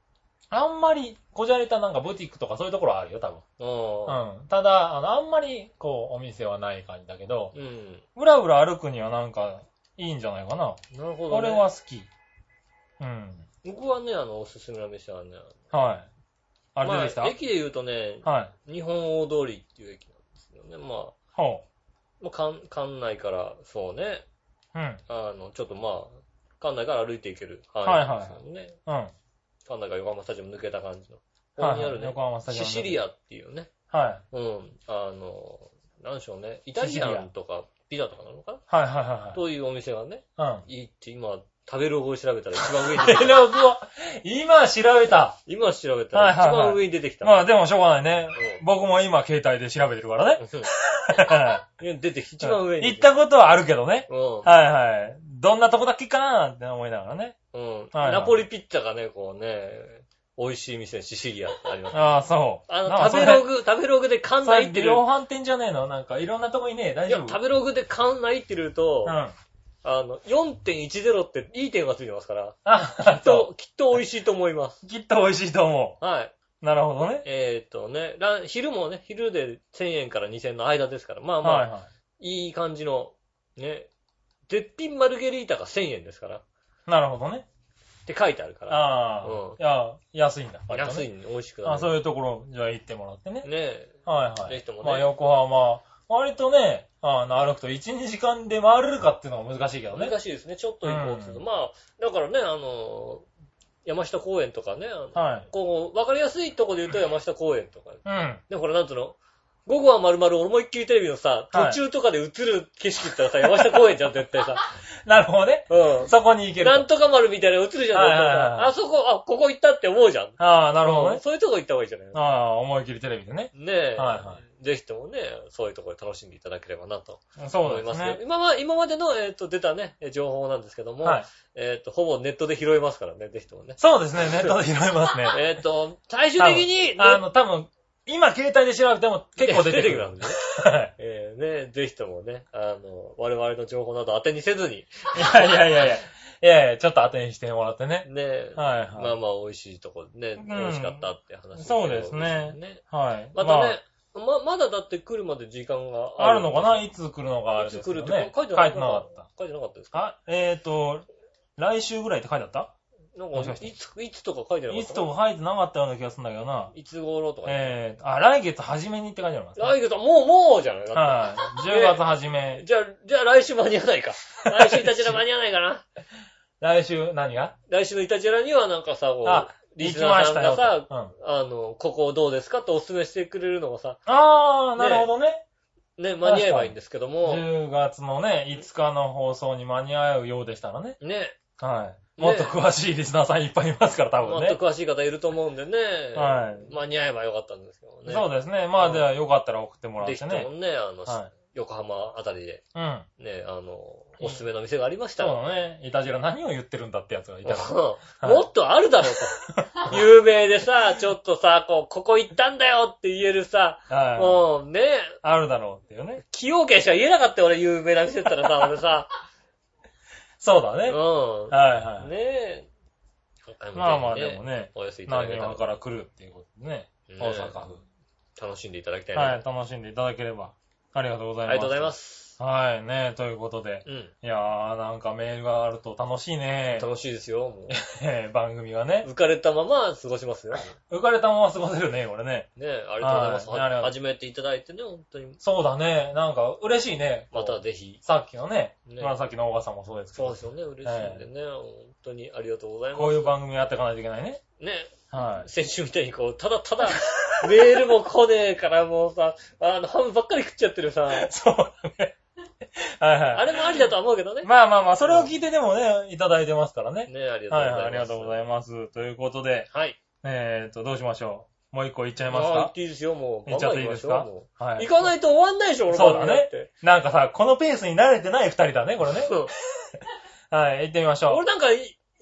あんまり、こじゃれたなんかブティックとかそういうところはあるよ、多分。うん。ただ、あの、あんまり、こう、お店はない感じだけど、うん。うらうら歩くにはなんか、いいんじゃないかな。なるほど、ね。俺は好き。うん。 僕はね、あの、おすすめの店はね、 はい。あれでした、 まあ、駅で言うとね、はい。日本大通りっていう駅なんですよね。まあ、ほう。まあ、館、館内から、そうね。うん。あの、ちょっとまあ、館内から歩いていける範囲なんですよね。はいはい。うん。館内から横浜スタジアム抜けた感じの。ここにあるね、横浜スタジアムシシリアっていうね。はい。うん。あの、なんでしょうね。イタリアンとかピザとかなのかな。はいはいはいはい。というお店がね。うん。いいって今、食べログを調べたら一番上に出てきた。食べログを今調べた。今調べたら一番上に出てきた。 まあでもしょうがないね。うん、僕も今携帯で調べてるからね。 出てきて一番上に。 行ったことはあるけどね。うん。はいはい。どんなとこだっけかなって思いながらね。 うん。はいはい、ナポリピッツァがね、こうね、美味しい店、シシリアってあります、ね。 ああ、そう。 あの、食べログ、食べログで館内行ってる。 量販店じゃねえのなんかいろんなとこにね、大丈夫。いや、 食べログで館内行ってると、うん。あの、よんてんいちゼロ っていい点がついてますから、あきっと、きっと美味しいと思います。 きっと美味しいと思う。はい。 なるほどね。 えー、っとね、昼もね、昼でせんえんからにせんえんの間ですから、まあまあ、はいはい、いい感じの、ね、絶品マルゲリータがせんえんですから。 なるほどね。 って書いてあるから。 ああ。うん。いや、安いんだ。 ね、安いんで美味しくなる。 あ、そういうところ、じゃあ行ってもらってね。 ねえ。 はいはい。 ぜひともね。 まあ横浜、割とね、あの、歩くといち、にじかんで回れるかっていうのは難しいけどね。 難しいですね。ちょっと行こうとすると。うん、まあ、だからね、あの、山下公園とかね、はい。こう、わかりやすいとこで言うと山下公園とか。うん。で、ほら、なんつうの午後は丸々思いっきりテレビのさ、途中とかで映る景色ってさ、はい、山下公園じゃん、絶対さ。 なるほどね。うん。そこに行ける。 なんとか丸みたいな映るじゃん、はいはいはい、あそこ、あ、ここ行ったって思うじゃん。 ああ、なるほどね、うん。 そういうとこ行った方がいいじゃない。 ああ、思いっきりテレビでね。 ねえ。はいはい。ぜひともね、そういうところで楽しんでいただければなと思いますね。今は、今までの、えっ、ー、と、出たね、情報なんですけども、はい、えっ、ー、と、ほぼネットで拾えますからね、ぜひともね。 そうですね、ネットで拾えますね。 えっと、最終的に、 あの、多分、今携帯で調べても結構出てくる。出てくるんでね。 はい。えー、ね、ぜひともね、あの、我々の情報など当てにせずに。いやいやいやいや。いやいや、ちょっと当てにしてもらってね。 ねえ。はいはい。まあまあ美味しいとこね、うん、美味しかったって話です、 ね。そうですね。はい。 またね、まあ、まだだって来るまで時間がある。あるのかないつ来るのかあれですけどね。いつ来るって書いてなかった。書いてなかったですかあ、えっ、ー、と、来週ぐらいって書いてあったなんか、いつ、いつとか書いてなかった、ね、 いつとか書いてなかったような気がするんだけどな。 いつ頃とか、 ね。えー、あ、来月初めにって書いてあります、 ね。来月、もう、もうじゃないはい、じゅうがつ初め。 じゃあ、じゃあ来週間に合わないか。来週イタジェラ間に合わないかな。 来週何が来週のイタジェラにはなんかさ、こう、あ、リスナーさんがさ、うん、あの、ここどうですかってお勧めしてくれるのがさ。 あー、なるほどね。 ね、間に合えばいいんですけども。 じゅうがつのね、いつかの放送に間に合うようでしたらね。 ね。 はい。もっと詳しいリスナーさんいっぱいいますから、多分ね。 もっと詳しい方いると思うんでね。はい。間に合えばよかったんですけどね。 そうですね。まあ、じゃあよかったら送ってもらってね。 ぜひともね、あの、はい、横浜あたりで。うん。ね、あの、おすすめの店がありましたら。 そうだね。イタジラ何を言ってるんだってやつがいたら。 はい、もっとあるだろうと。有名でさ、ちょっとさ、こう、ここ行ったんだよって言えるさ、はい、もうね。 あるだろうっていうね。 崎陽軒しか言えなかったよ、俺、有名な店って言ったらさ、俺さ。 そうだね。 うん。はいはい。ねえ。 まあまあでもね、 お寄せいただけたら。 何から来るっていうことでね。大阪府。 楽しんでいただきたいな。 はい、楽しんでいただければ。ありがとうございます。 ありがとうございます。 はい、ね、ということで。うん。いやー、なんかメールがあると楽しいね。 楽しいですよ、もう。番組がね。 浮かれたまま過ごしますよ。 浮かれたまま過ごせるね、これね。 ね、ありがとうございます。はい、始めていただいてね、本当に。 そうだね、なんか嬉しいね。 またぜひ。 さっきのね、ねまあさっきの大川さんもそうですけど。 そうですよね、嬉しいんでね、本当にありがとうございます。 こういう番組やっていかないといけないね。 ね。はい。先週みたいにこう、ただただ、メールも来ねえからもうさ、あの、ハムばっかり食っちゃってるさ。 そうだね。はいはい。 あれもありだとは思うけどね。 まあまあまあ、それを聞いてでもね、いただいてますからね。 ね、ありがとうございます。はいはい、 ありがとうございます。ということで。はい。えーと、どうしましょう。もう一個いっちゃいますか？ あ、いっていいですよ、もう。 いっちゃっていいですか？ はい。行かないと終わんないでしょ、俺そうだね。なんかさ、このペースに慣れてない二人だね、これね。そう。はい、行ってみましょう。 俺なんか、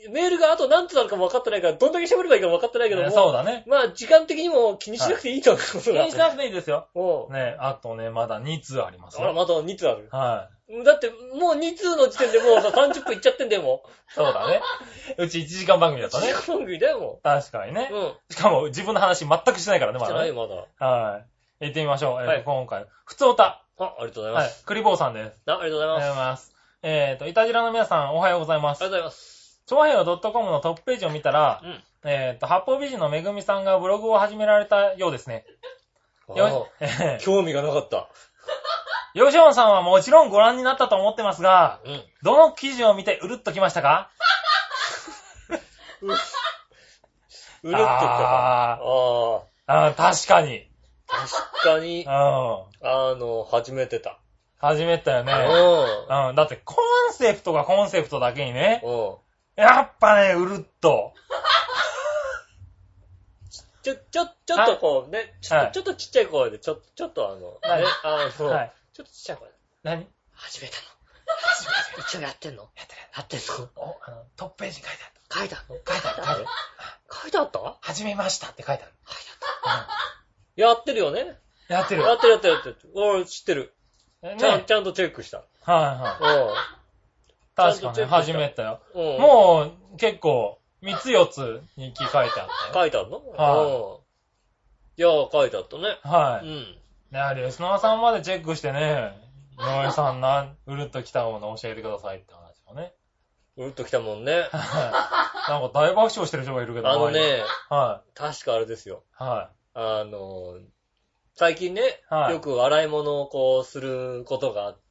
メールがあと何つなのかも分かってないから、どんだけ喋ればいいかも分かってないけども。 ね、そうだね。 まあ、時間的にも気にしなくていいと思うことが、はい、気にしなくていいですよ。 おね、あとね、まだに通ありますよ。 あら、まだに通ある。 はい。 だって、もうに通の時点でもうさ、さんじゅっぷんいっちゃってんだよ、もう。 そうだね。うちいちじかん番組だったね。 いちじかん番組だよ、もう。 確かにね。 うん。 しかも、自分の話全くしてないからね、まだ、ね。 してない、まだ。 はい。行ってみましょう。えー、 はい、 今回、ふつおた。 あ、ありがとうございます。 はい。クリボーさんです。 あ、ありがとうございます。 ありがとうございます。えーと、イタジラの皆さん、おはようございます。 ありがとうございます。 超平洋 .com のトップページを見たら、うん、えーと、八方美人のめぐみさんがブログを始められたようですね。 よし、興味がなかった。 ヨシオンさんはもちろんご覧になったと思ってますが、うん、どの記事を見てうるっときましたか？ う, うるっときたか。 ああ。確かに。 確かに。うん。あの、始めてた。 始めたよね。うん。うん。だってコンセプトがコンセプトだけにね。うん。やっぱね、うるっと。 ちょ、ちょ、ちょっとこうね、ちょっと、はい、ちょっとちっちゃい声で、ちょ、ちょっとあの、ね、あの、はい、ちょっとちっちゃい声で。 何？ 始めたの。始めたの。一応やってんの？やってる。やってんの？ お、あの、トップページに書いてあった。 書いてあるの？ 書いてある。書いてある。 書いてあった始めましたって書いてある。 書いてあった。うん、やってるよね。 やってる。 やってるやってるやってる。俺知ってる。ね、ちゃん、ちゃんとチェックした。 はいはい。うん。確かに始めたよ。うん。もう、結構、みっつよっつ日記書いてあったよ。 書いてあるの？はい。いや、書いてあったね。 はい。うん。ねえ、リスナーさんまでチェックしてね、井上さんな、うるっと来たもの教えてくださいって話をね。 うるっと来たもんね。 はい。なんか大爆笑してる人がいるけど。 あのね、 はい。 確かあれですよ。 はい。 あの、最近ね、はい、よく洗い物をこうすることがあって、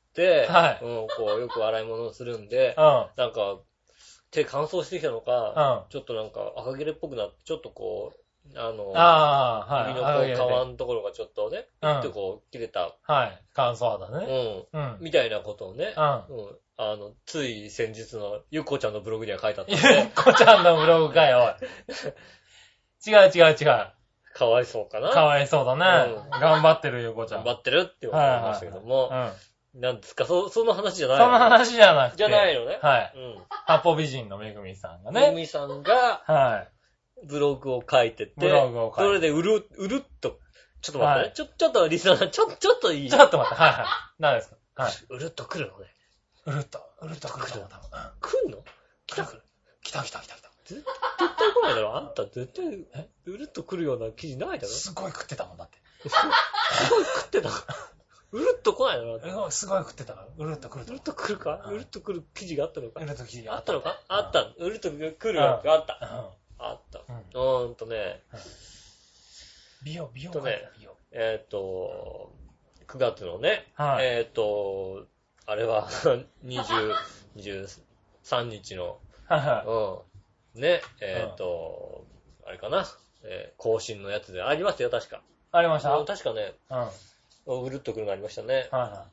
はい。うん、こう、よく洗い物をするんで、うん。なんか、手乾燥してきたのか、うん。ちょっとなんか赤切れっぽくなって、ちょっとこう、あの、ああ、はい。指のこう、皮のところがちょっとね、うん。ってこう、切れた。 はい。乾燥肌ね。 うん。うん。みたいなことをね、うん。うん。あの、つい先日のゆっこちゃんのブログには書いてあったんで。 ゆっこちゃんのブログかよ、おい。違う違う違う。 かわいそうかな。 かわいそうだね。うん、頑張ってるゆっこちゃん。 頑張ってるって思いましたけども。はいはいはい、うん。なんですか、そ、その話じゃないの、ね、その話じゃなくて。 じゃないのね。 はい。うん。八方美人のめぐみさんがね。めぐみさんが、はい。ブログを書いてて、 ブログを書いてて。 それでうる、うるっと、ちょっと待ってね。はい、ちょ、ちょっとリスナーさん、ちょ、ちょっといい？ ちょっと待って、はいはい。何ですか？はい。 うるっと来るのね。 うるっと、うるっと来ると思った。 来んの？来た来る。来た来た来た来た。 絶対来ないだろ。あんた絶対、えうるっと来るような記事ないだろ。 すごい食ってたもんだって。 すごい食ってた。うるっと来ないだろ。 すごい食ってたから。うるっと来ると。 うるっと来るか、うん、うるっと来る記事があったのか。 うるっと記事があったのか、あった。うるっと来るやつがあった。あった。うーんとね。 美容、美容とね。えっと、くがつのね。えっと、あれは、にじゅう、にじゅうさんにちの、うん。ね、えっ、ー、と、うん、あれかな、えー、更新のやつでありますよ、確か。 ありました？ 確かね、うん。うるっとくるのありましたね。はいはい。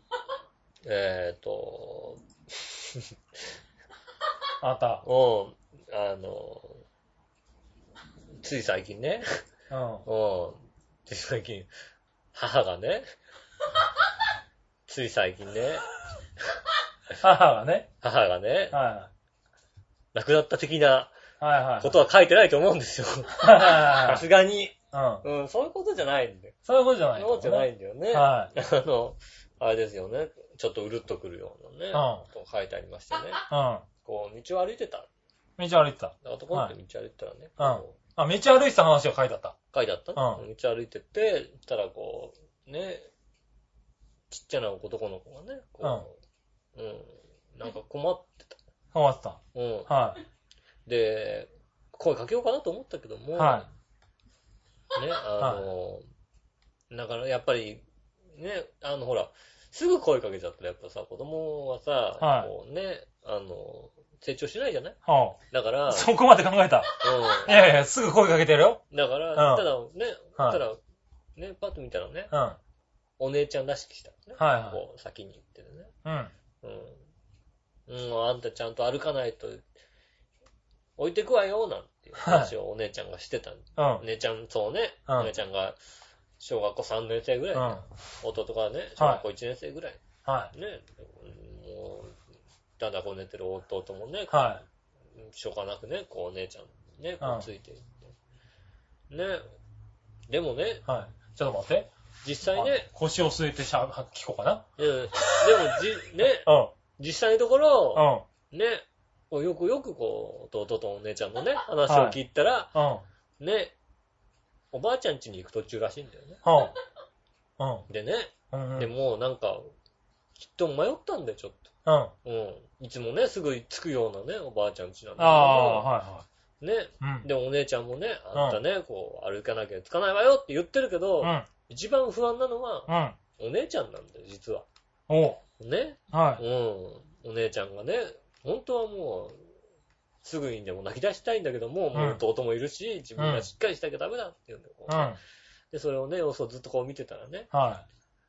えっ、ー、と、 あった。 うん。あの、つい最近ね。うん。うん。つい最近、母がね、つい最近ね、 母がね。 母がね。はい。亡くなった的なことは書いてないと思うんですよ。さすがに、うん。うん。そういうことじゃないんだよ。 そういうことじゃない、 ね。そうじゃないんだよね。はい。あの、あれですよね。ちょっとうるっとくるようなね。うん。と書いてありましたね。うん。こう、道を歩いてた。 道を歩いてた。 男って道歩いてたらね。 うん。あ、道歩いてた話が書いてあった。 書いてあった？うん。道歩いてて、たらこう、ね、ちっちゃな男の子がね、こう、うん。うん。なんか困ってた。 困ってた。 うん。はい。で、声かけようかなと思ったけども、はい。ね、あの、はい、だからやっぱり、ね、あの、ほら、すぐ声かけちゃったらやっぱさ、子供はさ、はい、こうね、あの、成長しないじゃない？はあ、だから、 そこまで考えた。うん。いやいや、すぐ声かけてるよ。 だから、うん、ただね、はい、ただ、ね、パッと見たらね、うん、お姉ちゃんらしくしたのね。はい、はい。こう、先に行ってるね。うん。うん。うん、あんたちゃんと歩かないと、置いてくわよ、なんていう話をお姉ちゃんがしてた。うん。お姉ちゃん、そうね。うん、お姉ちゃんが、小学校さんねん生ぐらい、ね。うん。弟がね、小学校いちねん生ぐらい。はい。ね。もう、だんだんこう寝てる弟もね。はい。 しょうがなくね、こうお姉ちゃんね、こうついていって。ね。でもね。 はい。ちょっと待って。 実際ね。 腰を据えてしゃ、聞こうかな。 うん。でもじ、ね。うん。実際のところ、うん。ね。よくよくこう、弟とお姉ちゃんのね、話を聞いたら、はい、うん。ね。おばあちゃん家に行く途中らしいんだよね。うん。うん。でね。うんうん、でもなんか、きっと迷ったんだよ、ちょっと。うん。うん。いつもね、すぐ着くようなね、おばあちゃん家なんだけど。ああ、はいはい。ね。うん。で、お姉ちゃんもね、あんたね、うん、こう、歩かなきゃ着かないわよって言ってるけど、うん。一番不安なのは、うん。お姉ちゃんなんだよ、実は。おう。ね。はい。うん。お姉ちゃんがね、本当はもう、すぐにでも泣き出したいんだけども、うん、もう弟もいるし、自分がしっかりしなきゃダメだって言うんだよ。うん。で、それをね、様子をずっとこう見てたらね。はい。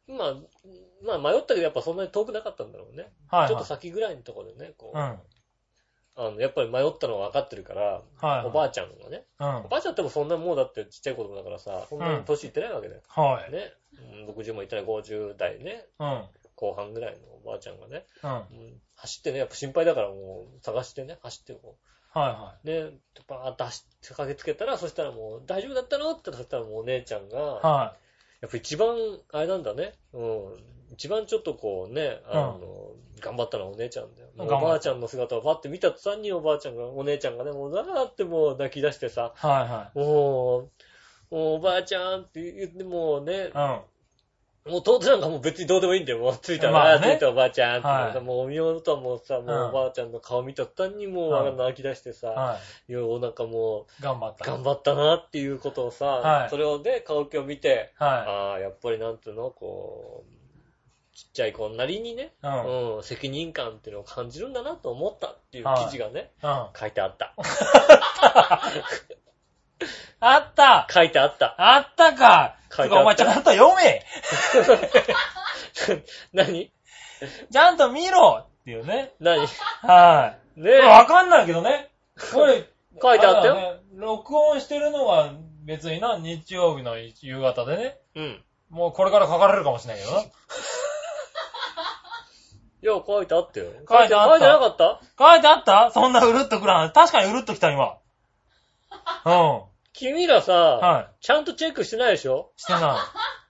まあ、まあ迷ったけどやっぱそんなに遠くなかったんだろうね。はい、はい。ちょっと先ぐらいのところでね、こう。うん。あの、やっぱり迷ったのが分かってるから、はい、はい。おばあちゃんがね。うん。おばあちゃんってもそんなもうだってちっちゃい子供だからさ、そんなに年いってないわけだよ。うん、はい。ね。ろくじゅうもいってないごじゅう代ね。うん。後半ぐらいのおばあちゃんがね。うん。うん、走ってね、やっぱ心配だからもう探してね、走ってこう。はいはい。ね、バーッと走って駆けつけたら、そしたらもう大丈夫だったのって言ったらもうお姉ちゃんが、はい。やっぱ一番、あれなんだね。うん。一番ちょっとこうね、あの、うん、頑張ったのはお姉ちゃんだよ。おばあちゃんの姿をパッて見た途端におばあちゃんが、お姉ちゃんがね、もうだーってもう泣き出してさ、はいはい。もう、もうおばあちゃんって言ってもうね、うん。もう弟なんかもう別にどうでもいいんだよ。もう着いたら、まあね、着いたおばあちゃんって、はい、もうお見事はもうさ、もうおばあちゃんの顔見た途端にもう泣き出してさ、はい、いや、なんかもう、頑張った。頑張ったなっていうことをさ、はい、それをね、顔気を見て、はい、ああ、やっぱりなんていうの、こう、ちっちゃい子なりにね、うん、うん、責任感っていうのを感じるんだなと思ったっていう記事がね、はい、書いてあった。あった書いてあった。あったか書いてあった。お前ちゃんと読め何ちゃんと見ろっていうね。何はい。ねえ。わかんないけどね。これ、書いてあったよ、ね。録音してるのは別にな、日曜日の夕方でね。うん。もうこれから書かれるかもしれないけどな。いや、書いてあったよ。書いてあった。書いてなかった？書いてあった？そんなうるっとくらん。確かにうるっときた今。うん。君らさ、はい、ちゃんとチェックしてないでしょ？してない。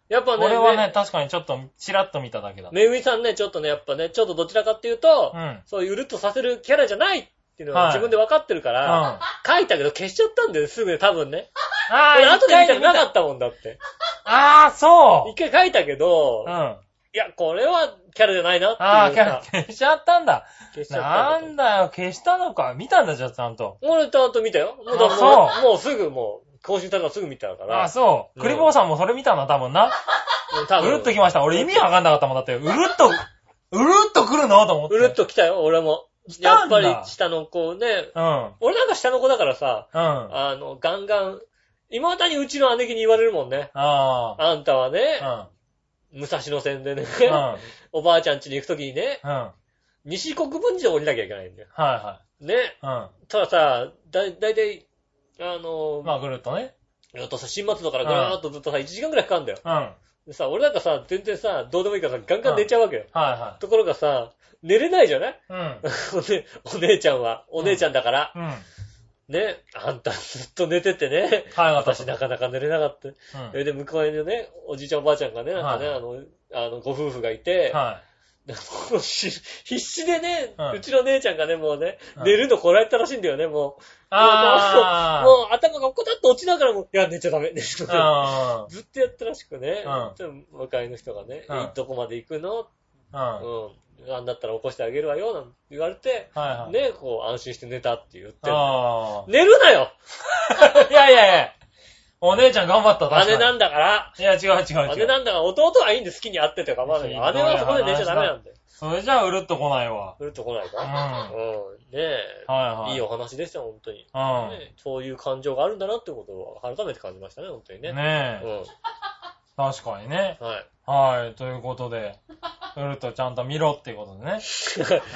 やっぱね、俺はね、確かにちょっと、チラッと見ただけだ。めぐみさんね、ちょっとね、やっぱね、ちょっとどちらかっていうと、うん、そういううるっとさせるキャラじゃないっていうのは自分で分かってるから、うん、書いたけど消しちゃったんだよ、すぐね、多分ね。ああ、後で見たらなかったもんだって。ああ、そう。一回書いたけど、うん。いや、これはキャラじゃないなっていう。ああ、キャラ消しちゃったんだ。消しちゃったんだ。なんだよ、消したのか。見たんだ、じゃあ、ちゃんと。俺、ちゃんと見たよ。もう、あ、そう。もうすぐ、もう、更新されたらすぐ見たから。あ、そう。クリボーさんもそれ見たんだ、多分な。多分。うるっときました。俺意味わかんなかったもんだって。うるっと、うるっと来るのと思って。うるっと来たよ、俺も。やっぱり下の子ね。うん。俺なんか下の子だからさ。うん。あの、ガンガン、未だにうちの姉貴に言われるもんね。ああ。あんたはね。うん。武蔵野線でね。うん。おばあちゃん家に行くときにね。うん。西国分寺で降りなきゃいけないんだよ。はいはい。ね。うん。たださ、だ、だいたい、あのー、まあぐるっとね。ずっとさ、新松戸からぐーっとずっとさ、いちじかんくらいかかるんだよ。うん。でさ、俺なんかさ、全然さ、どうでもいいからさ、ガンガン寝ちゃうわけよ。うん、はいはい。ところがさ、寝れないじゃない？うん。お, ね、お姉ちゃんは、お姉ちゃんだから。うん。うん、ね、あんたずっと寝ててね。はい、私なかなか寝れなかった。うん。で、向こうにね、おじいちゃんおばあちゃんがね、なんかね、はい、あの、あの、ご夫婦がいて。はい。必死でね、うん、うちの姉ちゃんがね、もうね、うん、寝るのこらえたらしいんだよね、もう。あもう、もう頭がコタッと落ちながらも、いや、寝ちゃダメ、寝ちゃダメ。ずっとやったらしくね、うん、若いの人がね、うん、どこまで行くの、うん、うん。なんだったら起こしてあげるわよ、なんて言われて、はいはい、ね、こう安心して寝たって言ってる。寝るなよいやいやいや。お姉ちゃん頑張った。姉なんだから。いや、違う違う違う。姉なんだから、弟はいいんで好きに会ってて構わない。姉はそこで寝ちゃダメなんだよ。それじゃあ、うるっと来ないわ。うるっと来ないかうん。うん。ねえ。はいはい。いいお話でした、本当に。うん、ね。そういう感情があるんだなってことを改めて感じましたね、本当にね。ねえ。うん。確かにね。はい。はい。ということで、うるっとちゃんと見ろっていうことでね。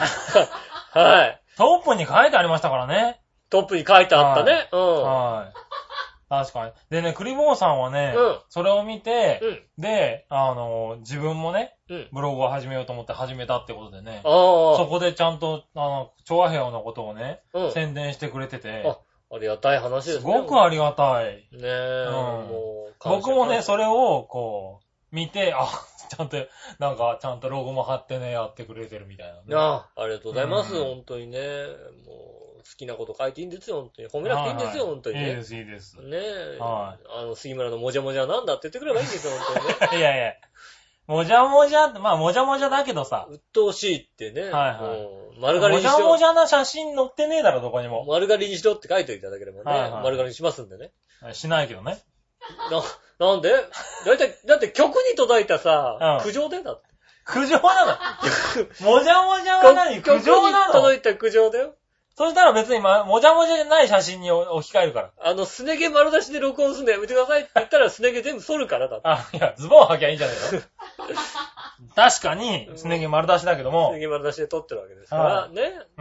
はい。トップに書いてありましたからね。トップに書いてあったね。うん。はい。 確かに。でね、クリボーさんはね、うん、それを見て、うん、で、あの、自分もね、うん、ブログを始めようと思って始めたってことでね、そこでちゃんと、あの、チョアヘヨのことをね、うん、宣伝してくれてて、 あ、ありがたい話ですね。 すごくありがたい。 ねえ、うん、 もう僕もね、それを、こう、見て、あ、ちゃんと、なんか、ちゃんとロゴも貼ってね、やってくれてるみたいな、ね。 ああ、ありがとうございます、うん、本当にね。もう好きなこと書いていいんですよ、本当に。褒めなくていいんですよ、はいはい、本当にね。 いいです、いいです。 ねえ。はい。あの、杉村のもじゃもじゃなんだって言ってくればいいんですよ、本当にね。 いやいや。もじゃもじゃ、まあ、もじゃもじゃだけどさ。 鬱陶しいってね。はいはい。 うん、丸刈りにしろ。 もじゃもじゃな写真載ってねえだろ、どこにも。 丸刈りにしろって書いていただければね。はいはい、丸刈りにしますんでね。 しないけどね。 な、なんでだいたい、だって曲に届いたさ、うん、苦情だよだって。 苦情なのもじゃもじゃは何苦情なの届いた苦情だよ。 そしたら別に、ま、もじゃもじゃじゃない写真に置き換えるから。 あの、すね毛丸出しで録音すんのやめてくださいって言ったら、すね毛全部剃るからだって。 あ、いや、ズボン履きゃいいんじゃないの確かに、すね毛丸出しだけども。 すね毛丸出しで撮ってるわけですから、ね。うん。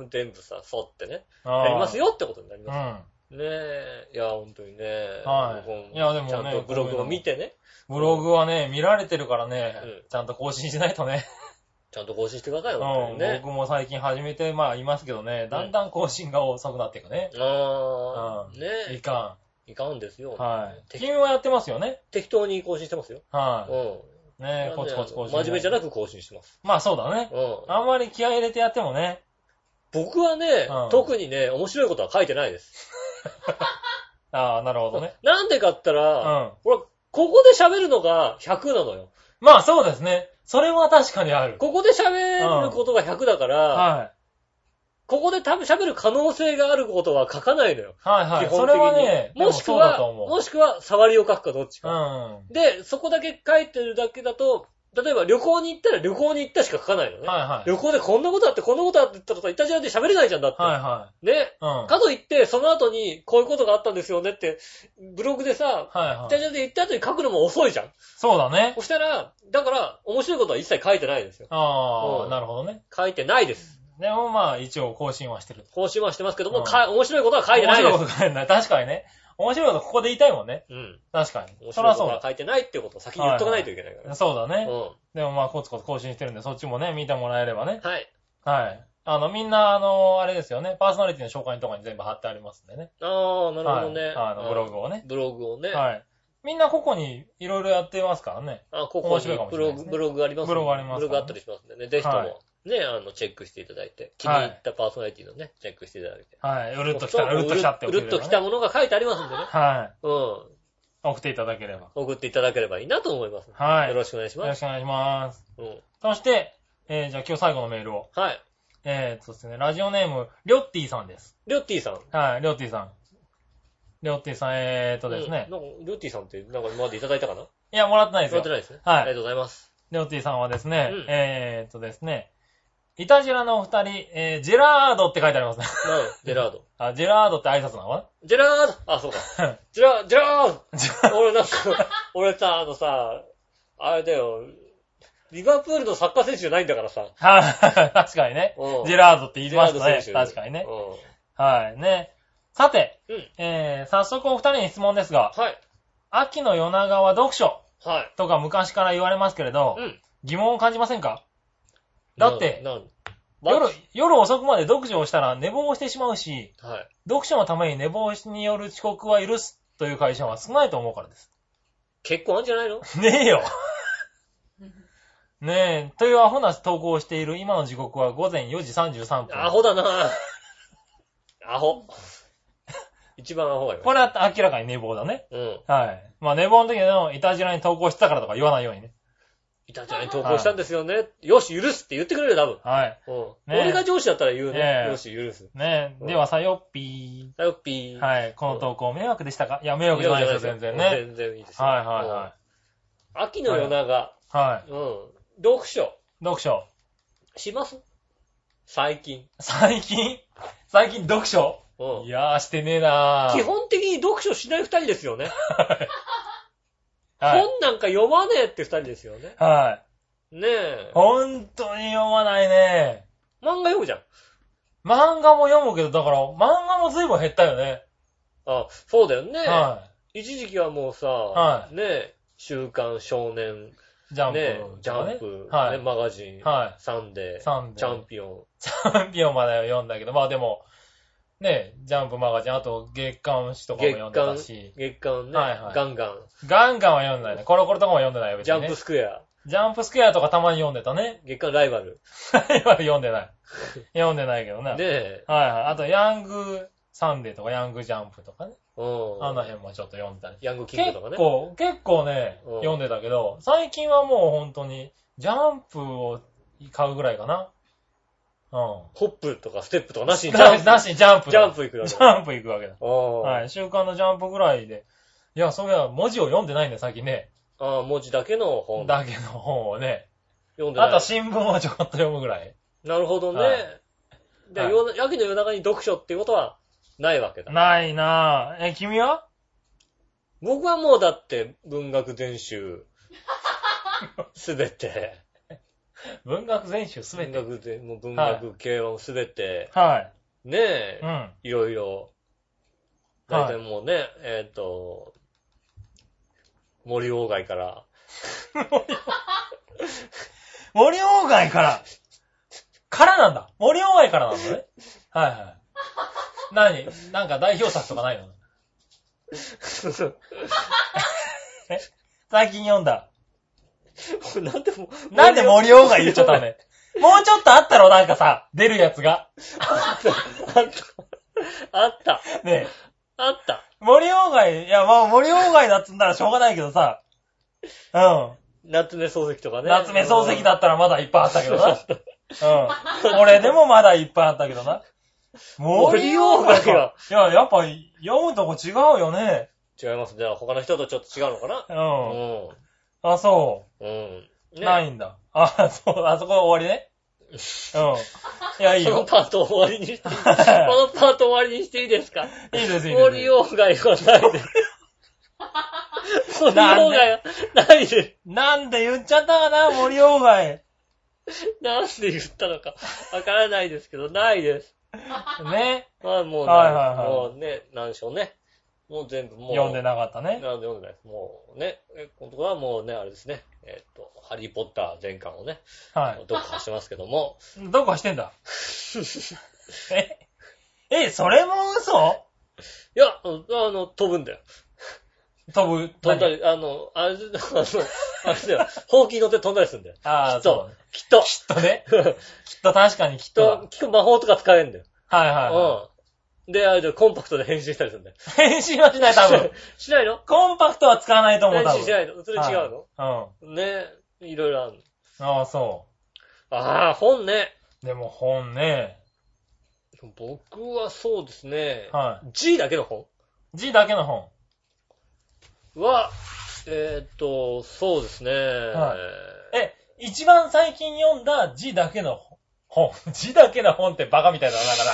全部さ、剃ってね。やりますよってことになります。うん。ねえ。いや、ほんとにね。 はい。いや、でもね。ちゃんとブログを見てね。 ブログはね、見られてるからね、うん、ちゃんと更新しないとね。 ちゃんと更新してくださいよ、本当にね。 うん、僕も最近始めて、まあ、いますけどね、だんだん更新が遅くなっていくね。 うん、ああ、うん、ねえ。いかん。いかんですよ。 はい。君はやってますよね。 適当に更新してますよ。 はい。うん。ねえ、コツコツ更新。 真面目じゃなく更新してます。 まあ、そうだね。うん。あんまり気合い入れてやってもね。 僕はね、うん、特にね、面白いことは書いてないです。 ああ、なるほどね。 なんでかったら、うん。俺、ここで喋るのがひゃくなのよ。 まあそうですね。それは確かにある。 ここで喋ることがひゃくだから、うん、はい。ここで多分喋る可能性があることは書かないのよ。 はいはい。基本的に。それはね、 もしくは、もしくは、触りを書くかどっちか。うん。で、そこだけ書いてるだけだと、例えば旅行に行ったら旅行に行ったしか書かないのね。はいはい。旅行でこんなことあってこんなことあって言ったらさ、イタジラで喋れないじゃんだって。はいはい。ね。うん。かといって、その後にこういうことがあったんですよねって、ブログでさ、はいはい。イタジラで言った後に書くのも遅いじゃん。 そうだね。 そしたら、だから、面白いことは一切書いてないですよ。 ああ、うん、なるほどね。 書いてないです。 でもまあ、一応更新はしてる。 更新はしてますけども、うん、か面白いことは書いてないです。面白いこと書いてない。確かにね。面白いことここで言いたいもんね。うん。確かに。 面白いことは書いてないってことを先に言っとかないといけないから。はいはい、 そうだね。うん。でもまあ、コツコツ更新してるんで、そっちもね、見てもらえればね。 はい。 はい。あの、みんな、あの、あれですよね。パーソナリティの紹介のところに全部貼ってありますんでね。 ああ、なるほどね。 はい、あの、ブログをね。 ブログをね。 はい。みんな個々にいろいろやってますからね。 あ、個々にブログ、ブログありますね。 ブログあります、ね。 ブログあったりしますんでね。ぜひとも。はいね、あの、チェックしていただいて、気に入ったパーソナリティのね、チェックしていただいて。 はい。うるっと来た、うるっと来たって送れば、ね。うるっと来たものが書いてありますんでね。 はい。 うん。 送っていただければ。 送っていただければいいなと思います。 はい。 よろしくお願いします。 よろしくお願いします。うん。そして、えー、じゃあ今日最後のメールを。 はい。 えー、そうですね、ラジオネーム、りょってぃさんです。 りょってぃさん。 はい、りょってぃさん。りょってぃさん、えーっとですね。 うん、なんか、りょってぃさんって、なんか今までいただいたかないや、もらってないですよ。 もらってないですね。 はい。 ありがとうございます。 りょってぃさんはですね、うん、えーっとですね、イタジラのお二人、えー、ジェラードって書いてありますね。 なるジェラード。 あ、ジェラードって挨拶なのかなジェラードあ、そうか。ジェラ、ジェラード俺なんか、俺さ、あのさ、あれだよ、リバプールのサッカー選手じゃないんだからさ。 はい、確かにね。ジェラードって言いましたね。確かにね。はい、ね。さて、うん、えー、早速お二人に質問ですが、はい。秋の夜長は読書。はい。とか昔から言われますけれど、うん。疑問を感じませんか？だって、夜、夜遅くまで読書をしたら寝坊してしまうし、はい、読書のために寝坊による遅刻は許すという会社は少ないと思うからです。 結構あるんじゃないの？ ねえよ。ねえ、というアホな投稿をしている今の時刻はごぜんよじさんじゅうさんぷん。 アホだなぁ。アホ。一番アホがいます。 これは明らかに寝坊だね。うん。はい。まあ寝坊の時のイタジラに投稿してたからとか言わないようにね。 イタジラに投稿したんですよね。はい、よし、許すって言ってくれるよ、多分。はい。うん。ね、俺が上司だったら言うね。ねよし、許す。 ねえ。うん、では、さよっぴー。さよっぴー。 はい。この投稿迷惑でしたか？いや、迷惑じゃないですよ、全然ね。 全然いいですよ。 はいはいはい。 秋の夜長。はい。うん。読書。 読書。 します？最近。 最近？最近読書？うん。いやー、してねえなー。 基本的に読書しない二人ですよね。はい。本なんか読まねえって二人ですよね。はい。ねえ。 ほんとに読まないね。 漫画読むじゃん。 漫画も読むけど、だから、漫画も随分減ったよね。 あ、そうだよね。はい。一時期はもうさ、はい。ね、週刊少年、 ジャンプ、 ね、ジャンプ、はい、ね、マガジン、はい。サンデー、サンデー、チャンピオン。 チャンピオンまで読んだけど、まあでも、ね、ジャンプマガジン、あと月刊誌とかも読んでたし。 月刊ね、はいはい。ガンガン。 ガンガンは読んでないね。コロコロとかも読んでないよ、 別に、ね。ジャンプスクエア。 ジャンプスクエアとかたまに読んでたね。 月刊ライバル。 ライバル読んでない。読んでないけどね。 ねえ。 はいはい。あと、ヤングサンデーとかヤングジャンプとかね。うん。あの辺もちょっと読んでたり。 ヤングキングとかね。 結構、結構ね、読んでたけど、最近はもう本当に、ジャンプを買うぐらいかな。うん。 ホップとかステップとかなしにジャンプ。なしにジャンプ。 ジャンプ行くわけだ。ジャンプ行くわけだ。はい。週刊のジャンプぐらいで。いや、それは文字を読んでないんだよ、最近ね。 ああ、文字だけの本。 だけの本をね。 読んでない。 あと新聞をちょこっと読むぐらい。 なるほどね。はい、で、はい、秋の夜中に読書っていうことはないわけだ。 ないなぁ。え、君は？ 僕はもうだって文学全集すべて。 文学全集すべて。 文学全、もう文学系はすべて。 はい。 ねえ。うん。いろいろ。大体もうね、はい、えっ、ー、と、森鴎外から。 森鴎外から。からなんだ。森鴎外からなんだね。はいはい。何なんか代表作とかないのえ最近読んだ。 なんでも、 なんで森鴎外言っちゃったのね。もうちょっとあったろ、なんかさ、出るやつが。 あった。あった。あった。 ねえ。 あった。 森鴎外、いや、まあ森鴎外だっつんだらしょうがないけどさ。うん。 夏目漱石とかね。 夏目漱石だったらまだいっぱいあったけどな。うん。俺でもまだいっぱいあったけどな。 森鴎外が。 いや、やっぱ読むとこ違うよね。 違います。じゃあ他の人とちょっと違うのかな。 うん。うん。あ、そう。うん。ね、ないんだ。あ、そう、あそこ終わりね。うん。いや、いいよ。 このパート終わりにしていいこのパート終わりにしていいですか？ いいです、いいです。 森鴎外はないです。森鴎外はないです。 なんで言っちゃったかな、森鴎外。 なんで言ったのかわからないですけど、ないです。 ね。 まあもう、はいはいはい、もうね、何でしょうね。もう全部もう。 読んでなかったね。 なんで読んでないです。もうね、今度はもうね、あれですね。えっと、ハリーポッター全巻をね。はい。読破してますけども。 読破してんだ。ええ、それも嘘？ いや、あの、飛ぶんだよ。 飛ぶ。 飛んだり、あの、あれ、あの、あれだよ。ほうき乗って飛んだりするんだよ。 ああ、そう。 きっと。 きっとね。きっと確かにきっと。 きっと魔法とか使えるんだよ。 はいはい、はい。 うん。で、あれでコンパクトで変身したりするんだよ。 変身はしない、多分。 しないの？ コンパクトは使わないと思う、多分。 変身しないの？それ違うの？ はい、 うん。ね、いろいろあるの。ああ、そう。 ああ、本ね。 でも本ね。 僕はそうですね。 はい。 G だけの本 ?G だけの本は、えー、っと、そうですね。はい。 え、一番最近読んだ字だけの本。字だけの本ってバカみたいだな、だから。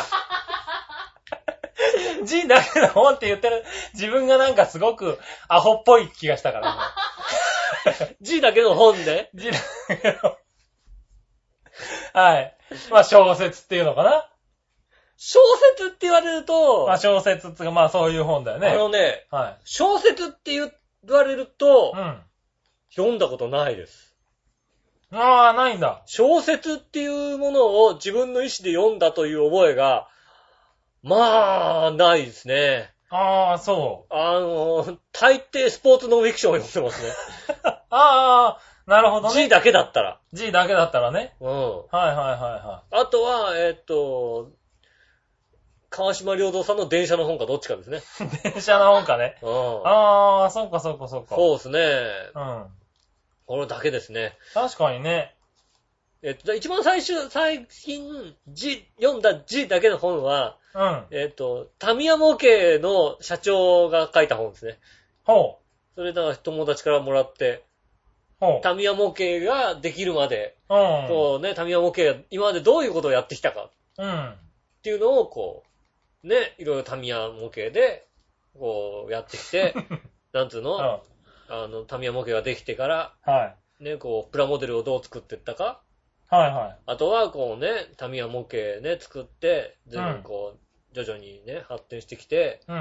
字だけの本って言ってる自分がなんかすごくアホっぽい気がしたから、 ね。字だけの本で字だけの。はい。まあ小説っていうのかな。 小説って言われると、 まあ小説っていうかまあそういう本だよね。 あのね、 はい、 小説って言われると、うん、読んだことないです。 ああ、ないんだ。 小説っていうものを自分の意思で読んだという覚えが、まあ、ないですね。 ああ、そう。 あの、大抵スポーツノンフィクションを読んでますね。 ああ、なるほどね。 G だけだったら。 G だけだったらね。 うん。 はいはいはいはい。 あとは、えー、っと、川島良三さんの電車の本かどっちかですね。 電車の本かね。 うん。 ああ、そうかそうかそうか。 そうですね。 うん。 これだけですね。 確かにね。 えっと、一番最初、最近、G、読んだ G だけの本は、 うん。 えっと、タミヤ模型の社長が書いた本ですね。 ほう。 それだから友達からもらって、ほう。タミヤ模型ができるまで、うん。こうね、タミヤ模型が今までどういうことをやってきたか。 うん。 っていうのを、こう、ね、いろいろタミヤ模型で、こう、やってきて、なんつうの、うん、あの、タミヤ模型ができてから、 はい。 ね、こう、プラモデルをどう作っていったか。 はいはい。 あとは、こうね、タミヤ模型ね、作って、全部こう、うん、徐々にね、発展してきて、うん。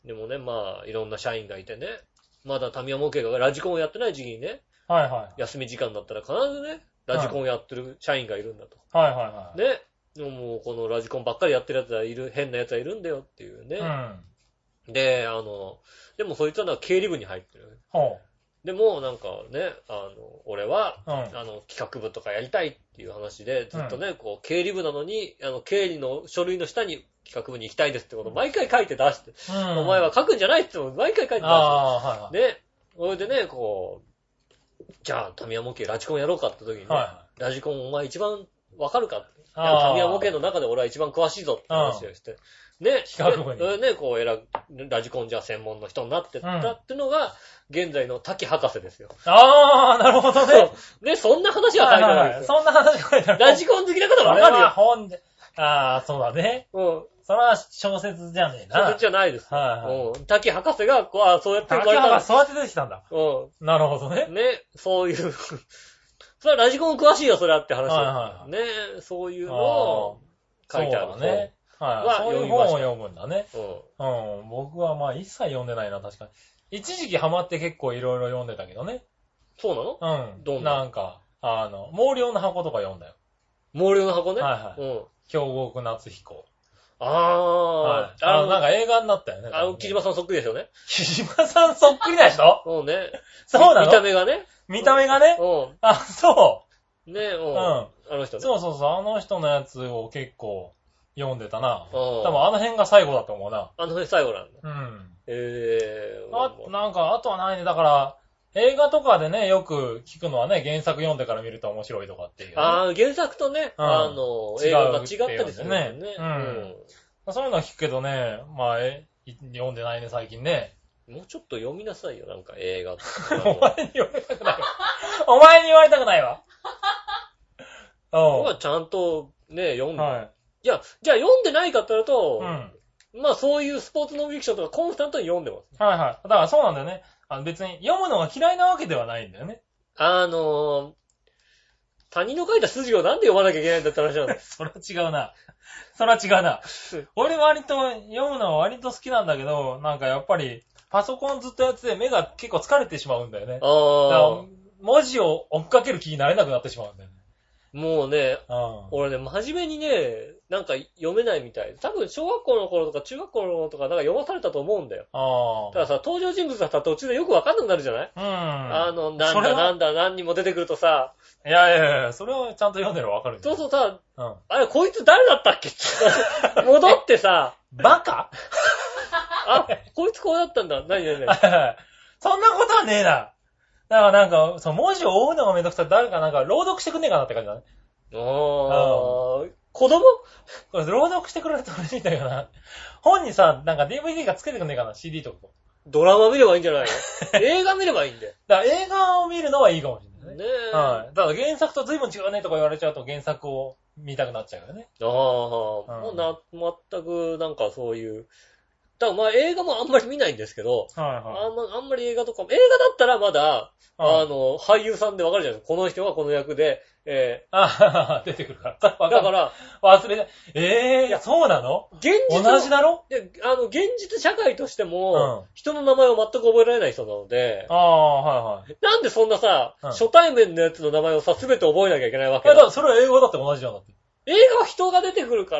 でもね、まあ、いろんな社員がいてね、まだタミヤ模型がラジコンをやってない時期にね、 はいはい。 休み時間だったら必ずね、ラジコンをやってる社員がいるんだと。 はいはいはい。 ね。でももうこのラジコンばっかりやってるやつはいる、変なやつはいるんだよっていうね。うん。で、あの、でもそいつはなんか経理部に入ってる。ほう。でもなんかね、あの、俺は、うん、あの、企画部とかやりたいっていう話で、ずっとね、うん、こう、経理部なのに、あの、経理の書類の下に企画部に行きたいですってことを毎回書いて出して、うん、お前は書くんじゃないって言っても毎回書いて出して、はいはい、ね、それでね、こう、じゃあ、タミヤ模型ラジコンやろうかって時にね、はい、ラジコンお前一番わかるかって。タミヤ模型の中で俺は一番詳しいぞって話をして、ね、企画部に。それでね、こう、選ぶ、ラジコンじゃ専門の人になってったってのが、現在の滝博士ですよ。 ああ、なるほどね。 ね、そんな話が書いてあるんですよ。 そんな話が書いてある。 ラジコン好きな方わかるよ。 本で。ああ、そうだね。うん。それは小説じゃねえな。 小説じゃないです。はいはい。うん。滝博士が、こう、あそうやって生まれた。滝博士そうやって出てきたんだ。うん。なるほどね。 ね、そういう。それはラジコン詳しいよ、それはって話。はいはい。ね、そういうのを書いてある。そうだね。 はい。そういう本を読むんだね。うん。うん。僕はまあ一切読んでないな、確かに。一時期ハマって結構いろいろ読んでたけどね。 そうなの？ うん。どんな？なんか、あの、毛量の箱とか読んだよ。 毛量の箱ね。 はいはい。うん。京極夏彦。 ああ。はい。 あの、なんか映画になったよね。 あの、木島さんそっくりですよね。 木島さんそっくりな人？ そうね。 そうなの？ 見た目がね。 見た目がね。うん。あ、そう。 ねえ、うん。あの人ね。 そうそうそう。あの人のやつを結構読んでたな。多分あの辺が最後だと思うな。 あの辺最後なんだ。 うん。 えー。 あ、なんか、あとはないね。だから、映画とかでね、よく聞くのはね、原作読んでから見ると面白いとかっていう、ね。 ああ、原作とね、うん、あの、映画が違ったりするね。ね。 うん。うん、そういうのは聞くけどね、まあ、え、読んでないね、最近ね。 もうちょっと読みなさいよ、なんか映画。 お前に言われたくないわ。お前に言われたくないわ。 僕はちゃんとね、読んで。はい。いや、じゃあ読んでないかって言うと、うん。まあそういうスポーツノンフィクションとかコンスタントに読んでます。 はいはい。だからそうなんだよね。あの別に読むのが嫌いなわけではないんだよね。 あのー、他人の書いた筋をなんで読まなきゃいけないんだって話なんだ。 それは違うな。それは違うな。俺割と読むのは割と好きなんだけど、なんかやっぱりパソコンずっとやってて目が結構疲れてしまうんだよね。ああ。文字を追っかける気になれなくなってしまうんだよね。 もうね、俺ね、真面目にね、なんか読めないみたい。多分小学校の頃とか中学校の頃とかなんか読まされたと思うんだよ。ああ。たださ、登場人物だったら途中でよくわかんなくなるじゃない？うん。あの、なんだなんだ何人も出てくるとさ。 いやいやいや、それをちゃんと読んでるのわかるそうそうさ、うん、あれ、こいつ誰だったっけって戻ってさ。 バカあ、こいつこうだったんだ。何何何そんなことはねえな。だからなんか、その文字を追うのがめんどくさい。誰かなんか朗読してくんねえかなって感じだね。ああ。子供これ朗読してくれると嬉しいんだよな。本にさ、なんか ディーブイディー がつけてくんねえかな、シーディー とか。 ドラマ見ればいいんじゃないの映画見ればいいんだよ。 だから映画を見るのはいいかもしれないね。ねえ。はい。ただ原作と随分違うねとか言われちゃうと原作を見たくなっちゃうよね。ああ、うん、 もうな、全くなんかそういう。だからまあ映画もあんまり見ないんですけど、はいはい、あんま、あんまり映画とか、映画だったらまだ、はい、あの、俳優さんでわかるじゃないですか。この人がこの役で、えー、あ出てくるから。だから、 忘れない。ええー、いや、そうなの？ 現実同じだろ？ で、あの、現実社会としても、うん、人の名前を全く覚えられない人なので、 ああ、はいはい。 なんでそんなさ、うん、初対面のやつの名前をさ、すべて覚えなきゃいけないわけだ。 いや、だからそれは英語だって同じじゃんだって。 映画は人が出てくるから、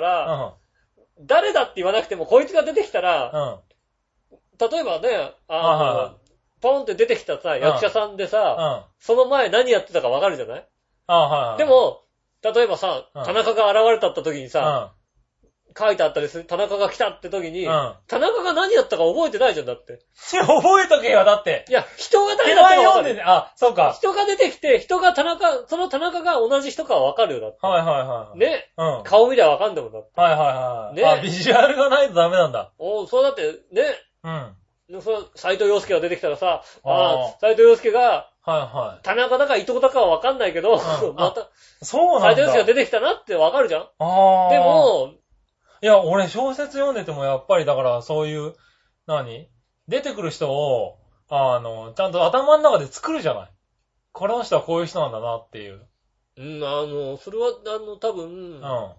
うん、誰だって言わなくても、こいつが出てきたら、うん、例えばね、あの、はいはい、ポンって出てきたさ、役者さんでさ、うん、その前何やってたかわかるじゃない？ああ、はいはい。でも、例えばさ、うん、田中が現れたった時にさ、うん、書いてあったりする、田中が来たって時に、うん、田中が何やったか覚えてないじゃん、だって。 覚えとけよ、だって。 いや、人が誰だってわかる。 あ、そうか。 人が出てきて、人が田中、その田中が同じ人かわかるよ、だって。 はいはいはい。 ね。うん。顔見りゃわかんでもんだって。 はいはいはい。ね。あ、ビジュアルがないとダメなんだ。 おそうだって、ね。うん。そ斉藤洋介が出てきたらさ、ああ、斉藤洋介が、はいはい。田中だか伊藤だかはわかんないけど、うん、また、 そうなんだ。斉藤洋介が出てきたなってわかるじゃん？ああ。でも、 いや、俺小説読んでてもやっぱりだからそういう、何？出てくる人を、あの、ちゃんと頭の中で作るじゃない。この人はこういう人なんだなっていう。 うん、あの、それは、あの、多分、うん。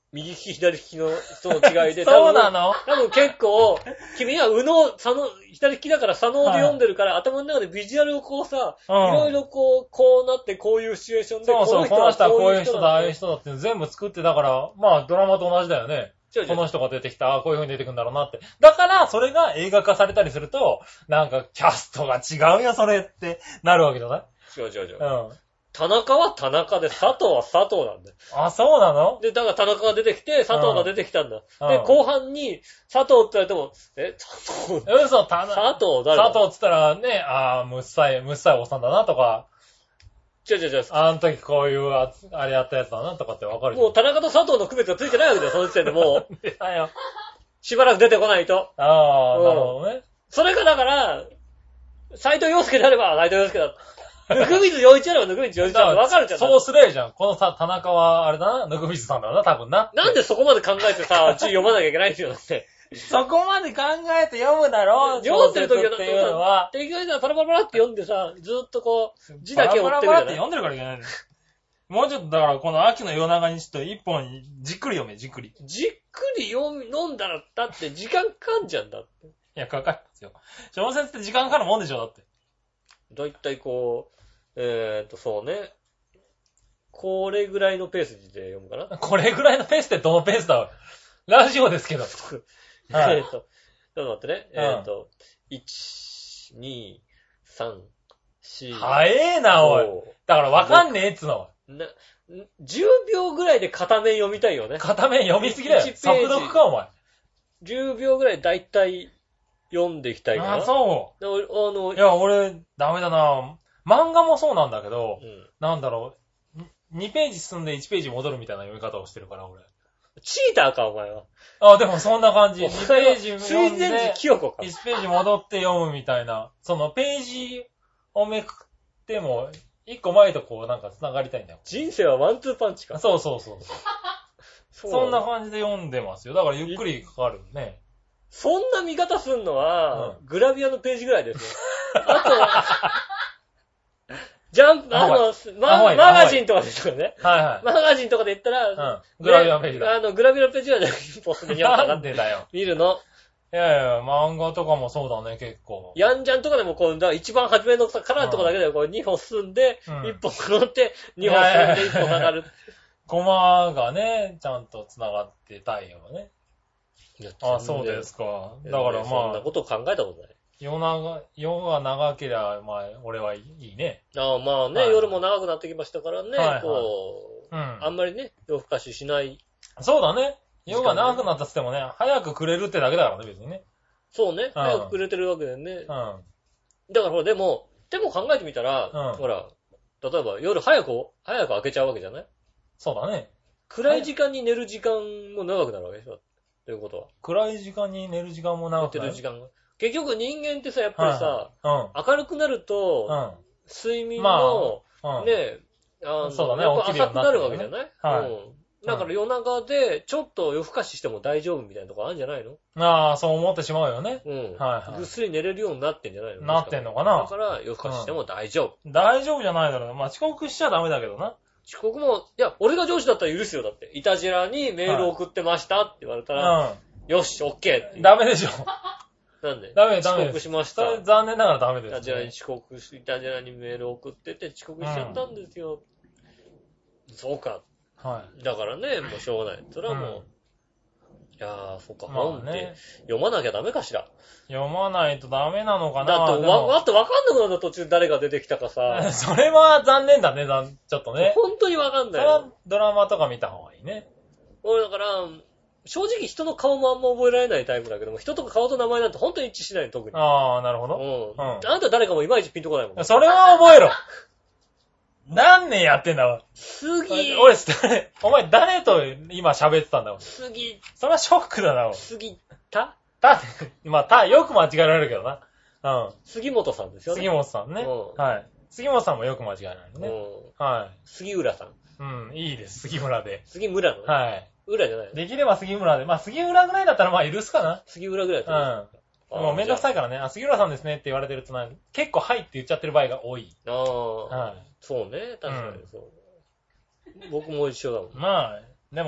右利き左利きの人の違いで。 そうなの？ 多分結構、君は右脳、左脳、左利きだから左脳で読んでるから、はい、頭の中でビジュアルをこうさ、うん、いろいろこう、こうなってこういうシチュエーションで、 そうそう、この人はこういう人だ、ああいう人だって全部作ってたから、まあドラマと同じだよね。この人が出てきた、ああ、こういう風に出てくるんだろうなって。だから、それが映画化されたりすると、なんか、キャストが違うよ、それってなるわけじゃない？ 違う違う違う。うん。田中は田中で、佐藤は佐藤なんだよ。 あ、そうなの？ で、だから田中が出てきて、佐藤が出てきたんだ。うん、で、後半に、佐藤って言われても、え、佐藤嘘、田中。 佐藤誰？ 佐藤って言ったらね、ああ、むっさい、むっさいおっさんだなとか。 違う違う違う。 あの時こういう、あ, あれやったやつだなとかってわかる。 もう田中と佐藤の区別がついてないわけだよ、その時点でもう。 出たよ。 しばらく出てこないと。 ああ、うん、なるほどね。 それがだから、斎藤洋介であれば斎藤洋介だ。ぬくみず洋一であればぬくみず洋一だ。わかるじゃん。 そうすればじゃん。このさ、田中はあれだな、ぬくみずさんだな、多分な。 なんでそこまで考えてさ、字読まなきゃいけないんですよ、だって。 そこまで考えて読むだろう。 読んでる時はっていうのは、適当にさ、パラパラパラって読んでさ、ずーっとこう、字だけ追ってるじゃない。パラパラパラって読んでるからいけないんだよ。もうちょっとだからこの秋の夜長にちょっと一本じっくり読め、じっくり。 じっくり読み、飲んだら、だって時間かかんじゃんだって。 いや、かかりますよ。小説って時間かかるもんでしょ、だって。 だいたいこう、えーっと、そうね。これぐらいのペースで読むかな。 これぐらいのペースってどのペースだラジオですけど。 はい、えーっと、ちょっと待ってね。えーっと、いち、に、さん、よん、 早えな、おい。だからわかんねえっつの。 な、じゅうびょうぐらいで片面読みたいよね。 片面読みすぎだよ。速読か、お前。 じゅうびょうぐらいだいたい読んでいきたいかな。 あ、そう。 あの、 いや、俺、ダメだな。漫画もそうなんだけど、うん、なんだろう、にページ進んでいちページ戻るみたいな読み方をしてるから、俺。 チーターか、お前は。 あ、でもそんな感じ。にページ読んで、いちページ戻って読むみたいな。そのページをめくっても、いっこ前とこうなんか繋がりたいんだよ。 人生はワンツーパンチか。 そうそうそう。そうそんな感じで読んでますよ。だからゆっくりかかるね。 そんな見方すんのは、うん、グラビアのページぐらいですよ。あとは、ジャンプ、あの、マ, マガジンとかですよね。 はいはい。 マガジンとかで言ったら、 うん、グラビアのページだ。 あの、グラビアのページは一歩進めにやったなんでだよ。 見るの。 いやいや、漫画とかもそうだね、結構。 ヤンジャンとかでもこう、だ一番初めのカラーとかだけでこうにほん進んで、うん、いっぽん乗って、にほん進んでいっぽん下がる。 コマがね、ちゃんと繋がってたいよね。あ、そうですか。だからまあ。 そんなことを考えたことない。 夜長、夜が長ければ、まあ、俺はいいね。 ああ、まあね、はい、夜も長くなってきましたからね、はいはい、こう、うん、あんまりね、夜更かししない。 そうだね。夜が長くなったって言ってもね、早くくれるってだけだからね、別にね。 そうね、うん、早くくれてるわけだよね。うん。だからほら、でも、でも考えてみたら、うん、ほら、例えば夜早く、早く開けちゃうわけじゃない？ そうだね。 暗い時間に寝る時間も長くなるわけでしょ？ということは。 暗い時間に寝る時間も長くなる。 寝てる時間が。結局人間ってさ、やっぱりさ、はいはい、明るくなると、うん、睡眠の、まあうん、ね、あの、そうだね、やっぱ浅くなるわけじゃない？はい。うん。だから夜中で、ちょっと夜更かししても大丈夫みたいなとこあるんじゃないの？ ああ、そう思ってしまうよね。 うん。はいはい。ぐっすり寝れるようになってんじゃないの？ なってんのかな？ だから夜更かししても大丈夫。 うん、大丈夫じゃないだろうな。まあ遅刻しちゃダメだけどな。 遅刻も、いや、俺が上司だったら許すよ、だって。いたじらにメール送ってましたって言われたら、はい、よし、オッケーって。 ダメでしょ。 なんで？ ダメ、ダメ。 遅刻しました。 それ残念ながらダメです、ね。 いたじらに遅刻し、いたじらにメール送ってて遅刻しちゃったんですよ。うん、そうか。はい。だからね、もうしょうがない。それはもう、うん、いやー、そっか、まあね、本って読まなきゃダメかしら。 読まないとダメなのかな。 だって、わ、だってわかんなくなった途中誰が出てきたかさ。 それは残念だね、ちょっとね。 本当にわかんない。それはドラマとか見た方がいいね。 俺だから、正直人の顔もあんま覚えられないタイプだけども、人とか顔と名前なんて本当に一致しないの、特に。 ああ、なるほど。 うん。うん。あんた誰かもいまいちピンとこないもん。 それは覚えろ。何年やってんだわ。 杉。 俺、お前誰と今喋ってたんだわ。 杉。 それはショックだな、お杉田た、まあ、た、よく間違えられるけどな。うん。 杉本さんですよね。 杉本さんね。うん、はい。杉本さんもよく間違えられるね。うん。はい。 杉浦さん。 うん、いいです。杉村で。 杉村の、ね、 はい。 浦じゃないの？ できれば杉村で。まあ、杉浦ぐらいだったらまあ許すかな。 杉浦ぐらいだったら。うん。もうめんどくさいからね。あ、杉浦さんですねって言われてるとな、結構はいって言っちゃってる場合が多い。 ああ。はい。そうね。確かにそう。うん、僕も一緒だもん。 まあ、でも、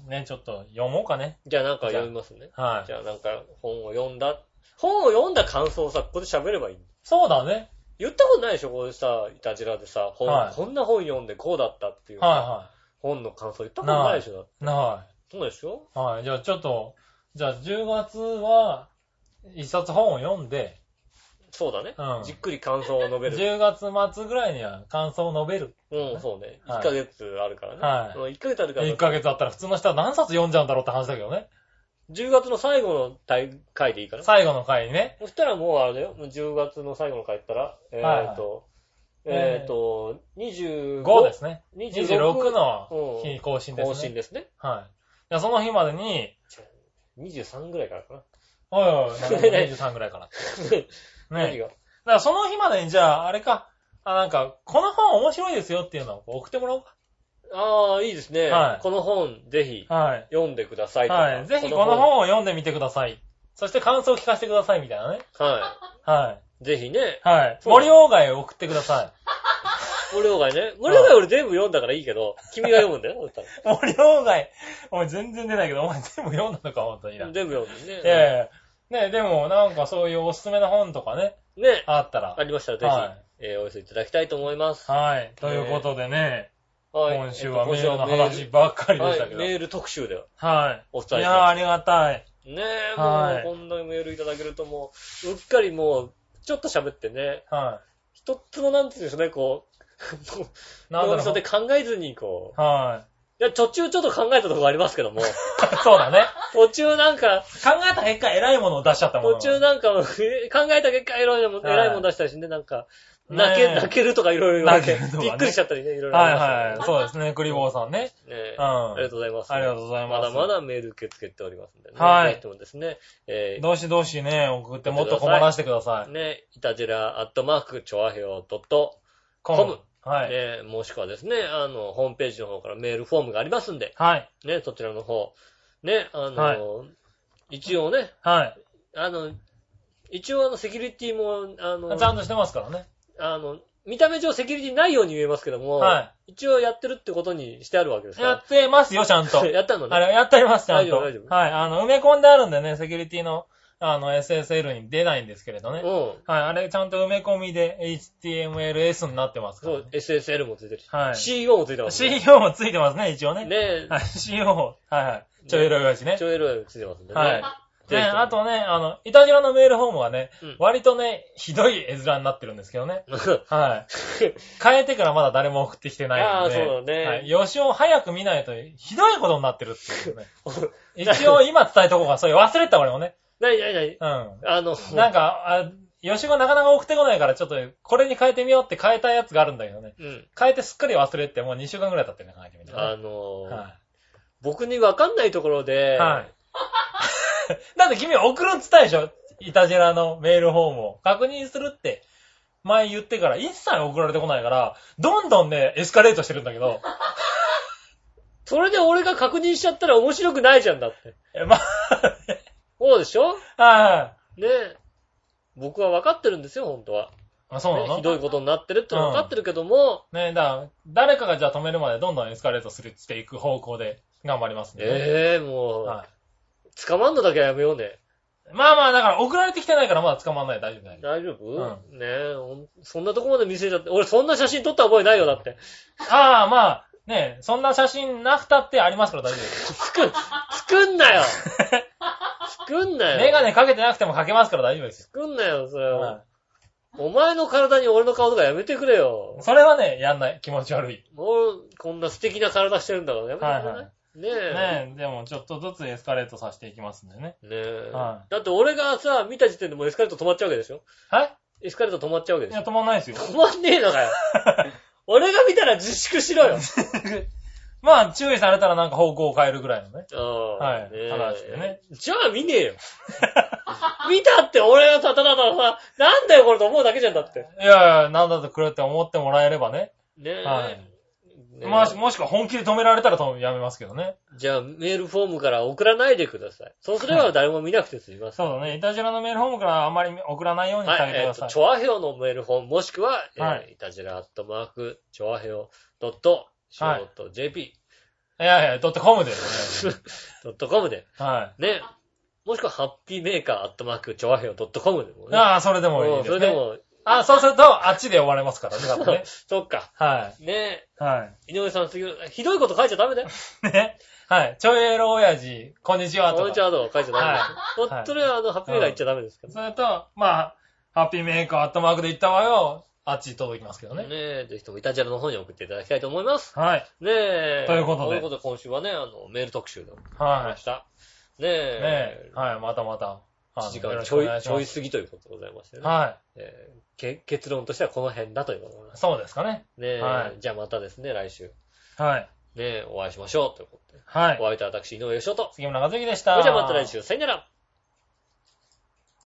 ね、ちょっと読もうかね。 じゃあなんか読みますね。 はい。 じゃあなんか本を読んだ。本を読んだ感想をさ、ここで喋ればいい。 そうだね。 言ったことないでしょ、ここでさ、いたじらでさ、本、はい、こんな本読んでこうだったっていうさ、はいはい、本の感想言ったことないでしょ、だって。 ない。 そうでしょ？ はい。じゃあちょっと、じゃあじゅうがつは、一冊本を読んで、 そうだね。うん。じっくり感想を述べる。 じゅうがつ末ぐらいには感想を述べる。 うん、そうね。いっかげつあるからね。 はい。 いっかげつあるから。 いっかげつあったら普通の人は何冊読んじゃうんだろうって話だけどね。 じゅうがつの最後の回でいいかな？最後の回ね。 そしたらもうあれだよ。じゅうがつの最後の回ったら、えっと、えっと、にじゅうご。 ごですね。にじゅうろくの日更新ですね。 更新ですね。 はい。その日までに、 にじゅうさんぐらいからかな。 おいおい、にじゅうさんぐらいから。ね。何が？だからその日までにじゃあ、あれか、あ、なんか、この本面白いですよっていうのを送ってもらおうか。 ああ、いいですね。はい。この本、ぜひ、はい。読んでくださいとか。 はい。ぜひこの本を読んでみてください。そして感想を聞かせてくださいみたいなね。 はい。はい。ぜひね。 はい。森鴎外を送ってください。 森鴎外ね。森鴎外俺全部読んだからいいけど、君が読むんだよ。 森鴎外、お前全然出ないけど、お前全部読んだのか、本当にな。 全部読んでね。 ええ。ね、でもなんかそういうおすすめの本とかね。ね。あったら。 ありましたらぜひ、えー、お寄せいただきたいと思います。 はい。ということでね。はい。今週はメールの話ばっかりでしたけど。 はい、メール特集では。 はい。 お伝えします。いやー、ありがたい。 ねえ、もう、こんなメールいただけるともう、うっかりもう、ちょっと喋ってね。はい。一つもなんていうんでしょうね、こう、もう、脳みそで考えずに、こう。はい。いや、途中ちょっと考えたところありますけども。 そうだね。 途中なんか、 考えた結果偉いものを出しちゃったもん。 途中なんか、考えた結果偉いもの、偉いもの出したりしてね、なんか、泣け、泣けるとかいろいろ言われて、びっくりしちゃったりね、いろいろ。 はいはい。そうですね、クリボーさんね。 ねうん。ありがとうございます。 ありがとうございます。 まだまだメール受け付けておりますんでね。 はい。 ぜひともですね、えー、どしどしね、送ってもっと困らせてください。 ね、いたじらアットマーク、ちょわへお .com。はい。ね、もしくはですね、あの、ホームページの方からメールフォームがありますんで。はい。ね、そちらの方。ね、あの、はい、一応ね。はい。あの、一応あの、セキュリティも、あの、 ちゃんとしてますからね。 あの、見た目上セキュリティないように見えますけども、はい。一応やってるってことにしてあるわけですから。 やってますよ、ちゃんと。 やったのね。 あれ、やってあります、ちゃんと。 大丈夫、大丈夫。 はい。あの、埋め込んであるんでね、セキュリティの、あの、エスエスエル に出ないんですけれどね。うん。はい。あれ、ちゃんと埋め込みで エイチティーエムエルエス になってますから、ね。 そう、エスエスエル もついてるし。はい。シーイーオー もついてますね。シーイーオー もついてますね、一応ね。 ねえ。 はい。シーイーオー、はいはい。ちょいエロいわしね。 ちょいエロいついてますんでね。 はい。ね、あとね、あの、イタジラのメールフォームはね、うん、割とね、ひどい絵面になってるんですけどね。はい。変えてからまだ誰も送ってきてないので。ああ、そうだね。はい。予習を早く見ないと、ひどいことになってるっていうね。一応今伝えとこうか。そういう忘れた俺もね。 なになになにうん。 あの、なんか、あ予習がなかなか送ってこないから、ちょっと、これに変えてみようって変えたやつがあるんだけどね。うん。変えてすっかり忘れて、もうにしゅうかんくらい経ってね、変えてみた、ね。 あのー、はい。僕にわかんないところで、はい。 だって君は送るっつったでしょ？イタジラのメールフォームを。確認するって前言ってから一切送られてこないから、どんどんね、エスカレートしてるんだけど。 それで俺が確認しちゃったら面白くないじゃんだって。 え、まあ、 そうでしょ？ はいはい。 ねえ。僕は分かってるんですよ、本当は。 あ、そうなの？ ね、ひどいことになってるってのは分かってるけども。 うん、ねえ、だから、誰かがじゃあ止めるまでどんどんエスカレートするしていく方向で頑張りますね。 ええー、もう。はい。捕まんのだけはやめようね。 まあまあ、だから送られてきてないからまだ捕まんない。大丈夫だよ。 大丈夫？うん。ねえ、そんなとこまで見せちゃって。俺そんな写真撮った覚えないよ、だって。 ああ、まあ、ねえ、そんな写真なくたってありますから大丈夫です。 作ん、作んなよ作んなよ。 メガネかけてなくてもかけますから大丈夫ですよ。 作んなよ、それは。はい、お前の体に俺の顔とかやめてくれよ。 それはね、やんない。気持ち悪い。 もう、こんな素敵な体してるんだからやめてくれない、はいはいねえ。 ねえ、でもちょっとずつエスカレートさせていきますんでね。 ねえ。はい。だって俺がさ、見た時点でもうエスカレート止まっちゃうわけでしょ？ はい？ エスカレート止まっちゃうわけでしょ？ いや、止まんないですよ。 止まんねえのかよ。俺が見たら自粛しろよ。 まあ、注意されたらなんか方向を変えるぐらいのね。 ああ。 はい。ね、話でね。 じゃあ見ねえよ。見たって俺がただたださ、なんだよこれと思うだけじゃんだって。 いやいや、なんだとくれって思ってもらえればね。 ねえ。 はい。まあ、もしくは本気で止められたらやめますけどね。 じゃあ、メールフォームから送らないでください。そうすれば誰も見なくて済みます。 そうだね。イタジラのメールフォームからあんまり送らないようにしてあげてください。はい、えっ、ー、と、 チョアヘオのメールフォーム、もしくは、はい、えー、イタジラアットマーク、チョアヘオドットシーオードットジェーピー。 いやいや、ドットコムでね。 ドットコムで。 はい。 ね。もしくは、ハッピーメーカーアットマーク、チョアヘヨドットコムでもね。 ああ、それでもいいですね。 それでも。 あ、そうすると、あっちで終われますからね、多分ね。 そっか。 はい。 ねえ。はい。 井上さん、ひどいこと書いちゃダメだよ。 ね。はい。ちょいエロ親父、こんにちはとか。 こんにちはとか書いちゃダメです。はい。それは、あの、ハッピーメーカー言っちゃダメですから。 それと、まあ、ハッピーメーカーアットマークで言ったわよ。あっち届きますけどね。 ねえ、ぜひともイタジャラの方に送っていただきたいと思います。 はい。 ねえ。 ということで。 ということで今週はね、あの、メール特集でございました。 はい。 ねえ。 ねえ。はい、またまた。 いちじかんちょい、ちょい過ぎということでございましてね。 はい。 えー、け結論としてはこの辺だということで。 そうですかね。 ねえ。 はい。 じゃあまたですね、来週。 はい。 ねえ、お会いしましょうということで。 はい。 お会いいた私、井上義雄と。 杉村和之でした。 それじゃあまた来週、さよなら。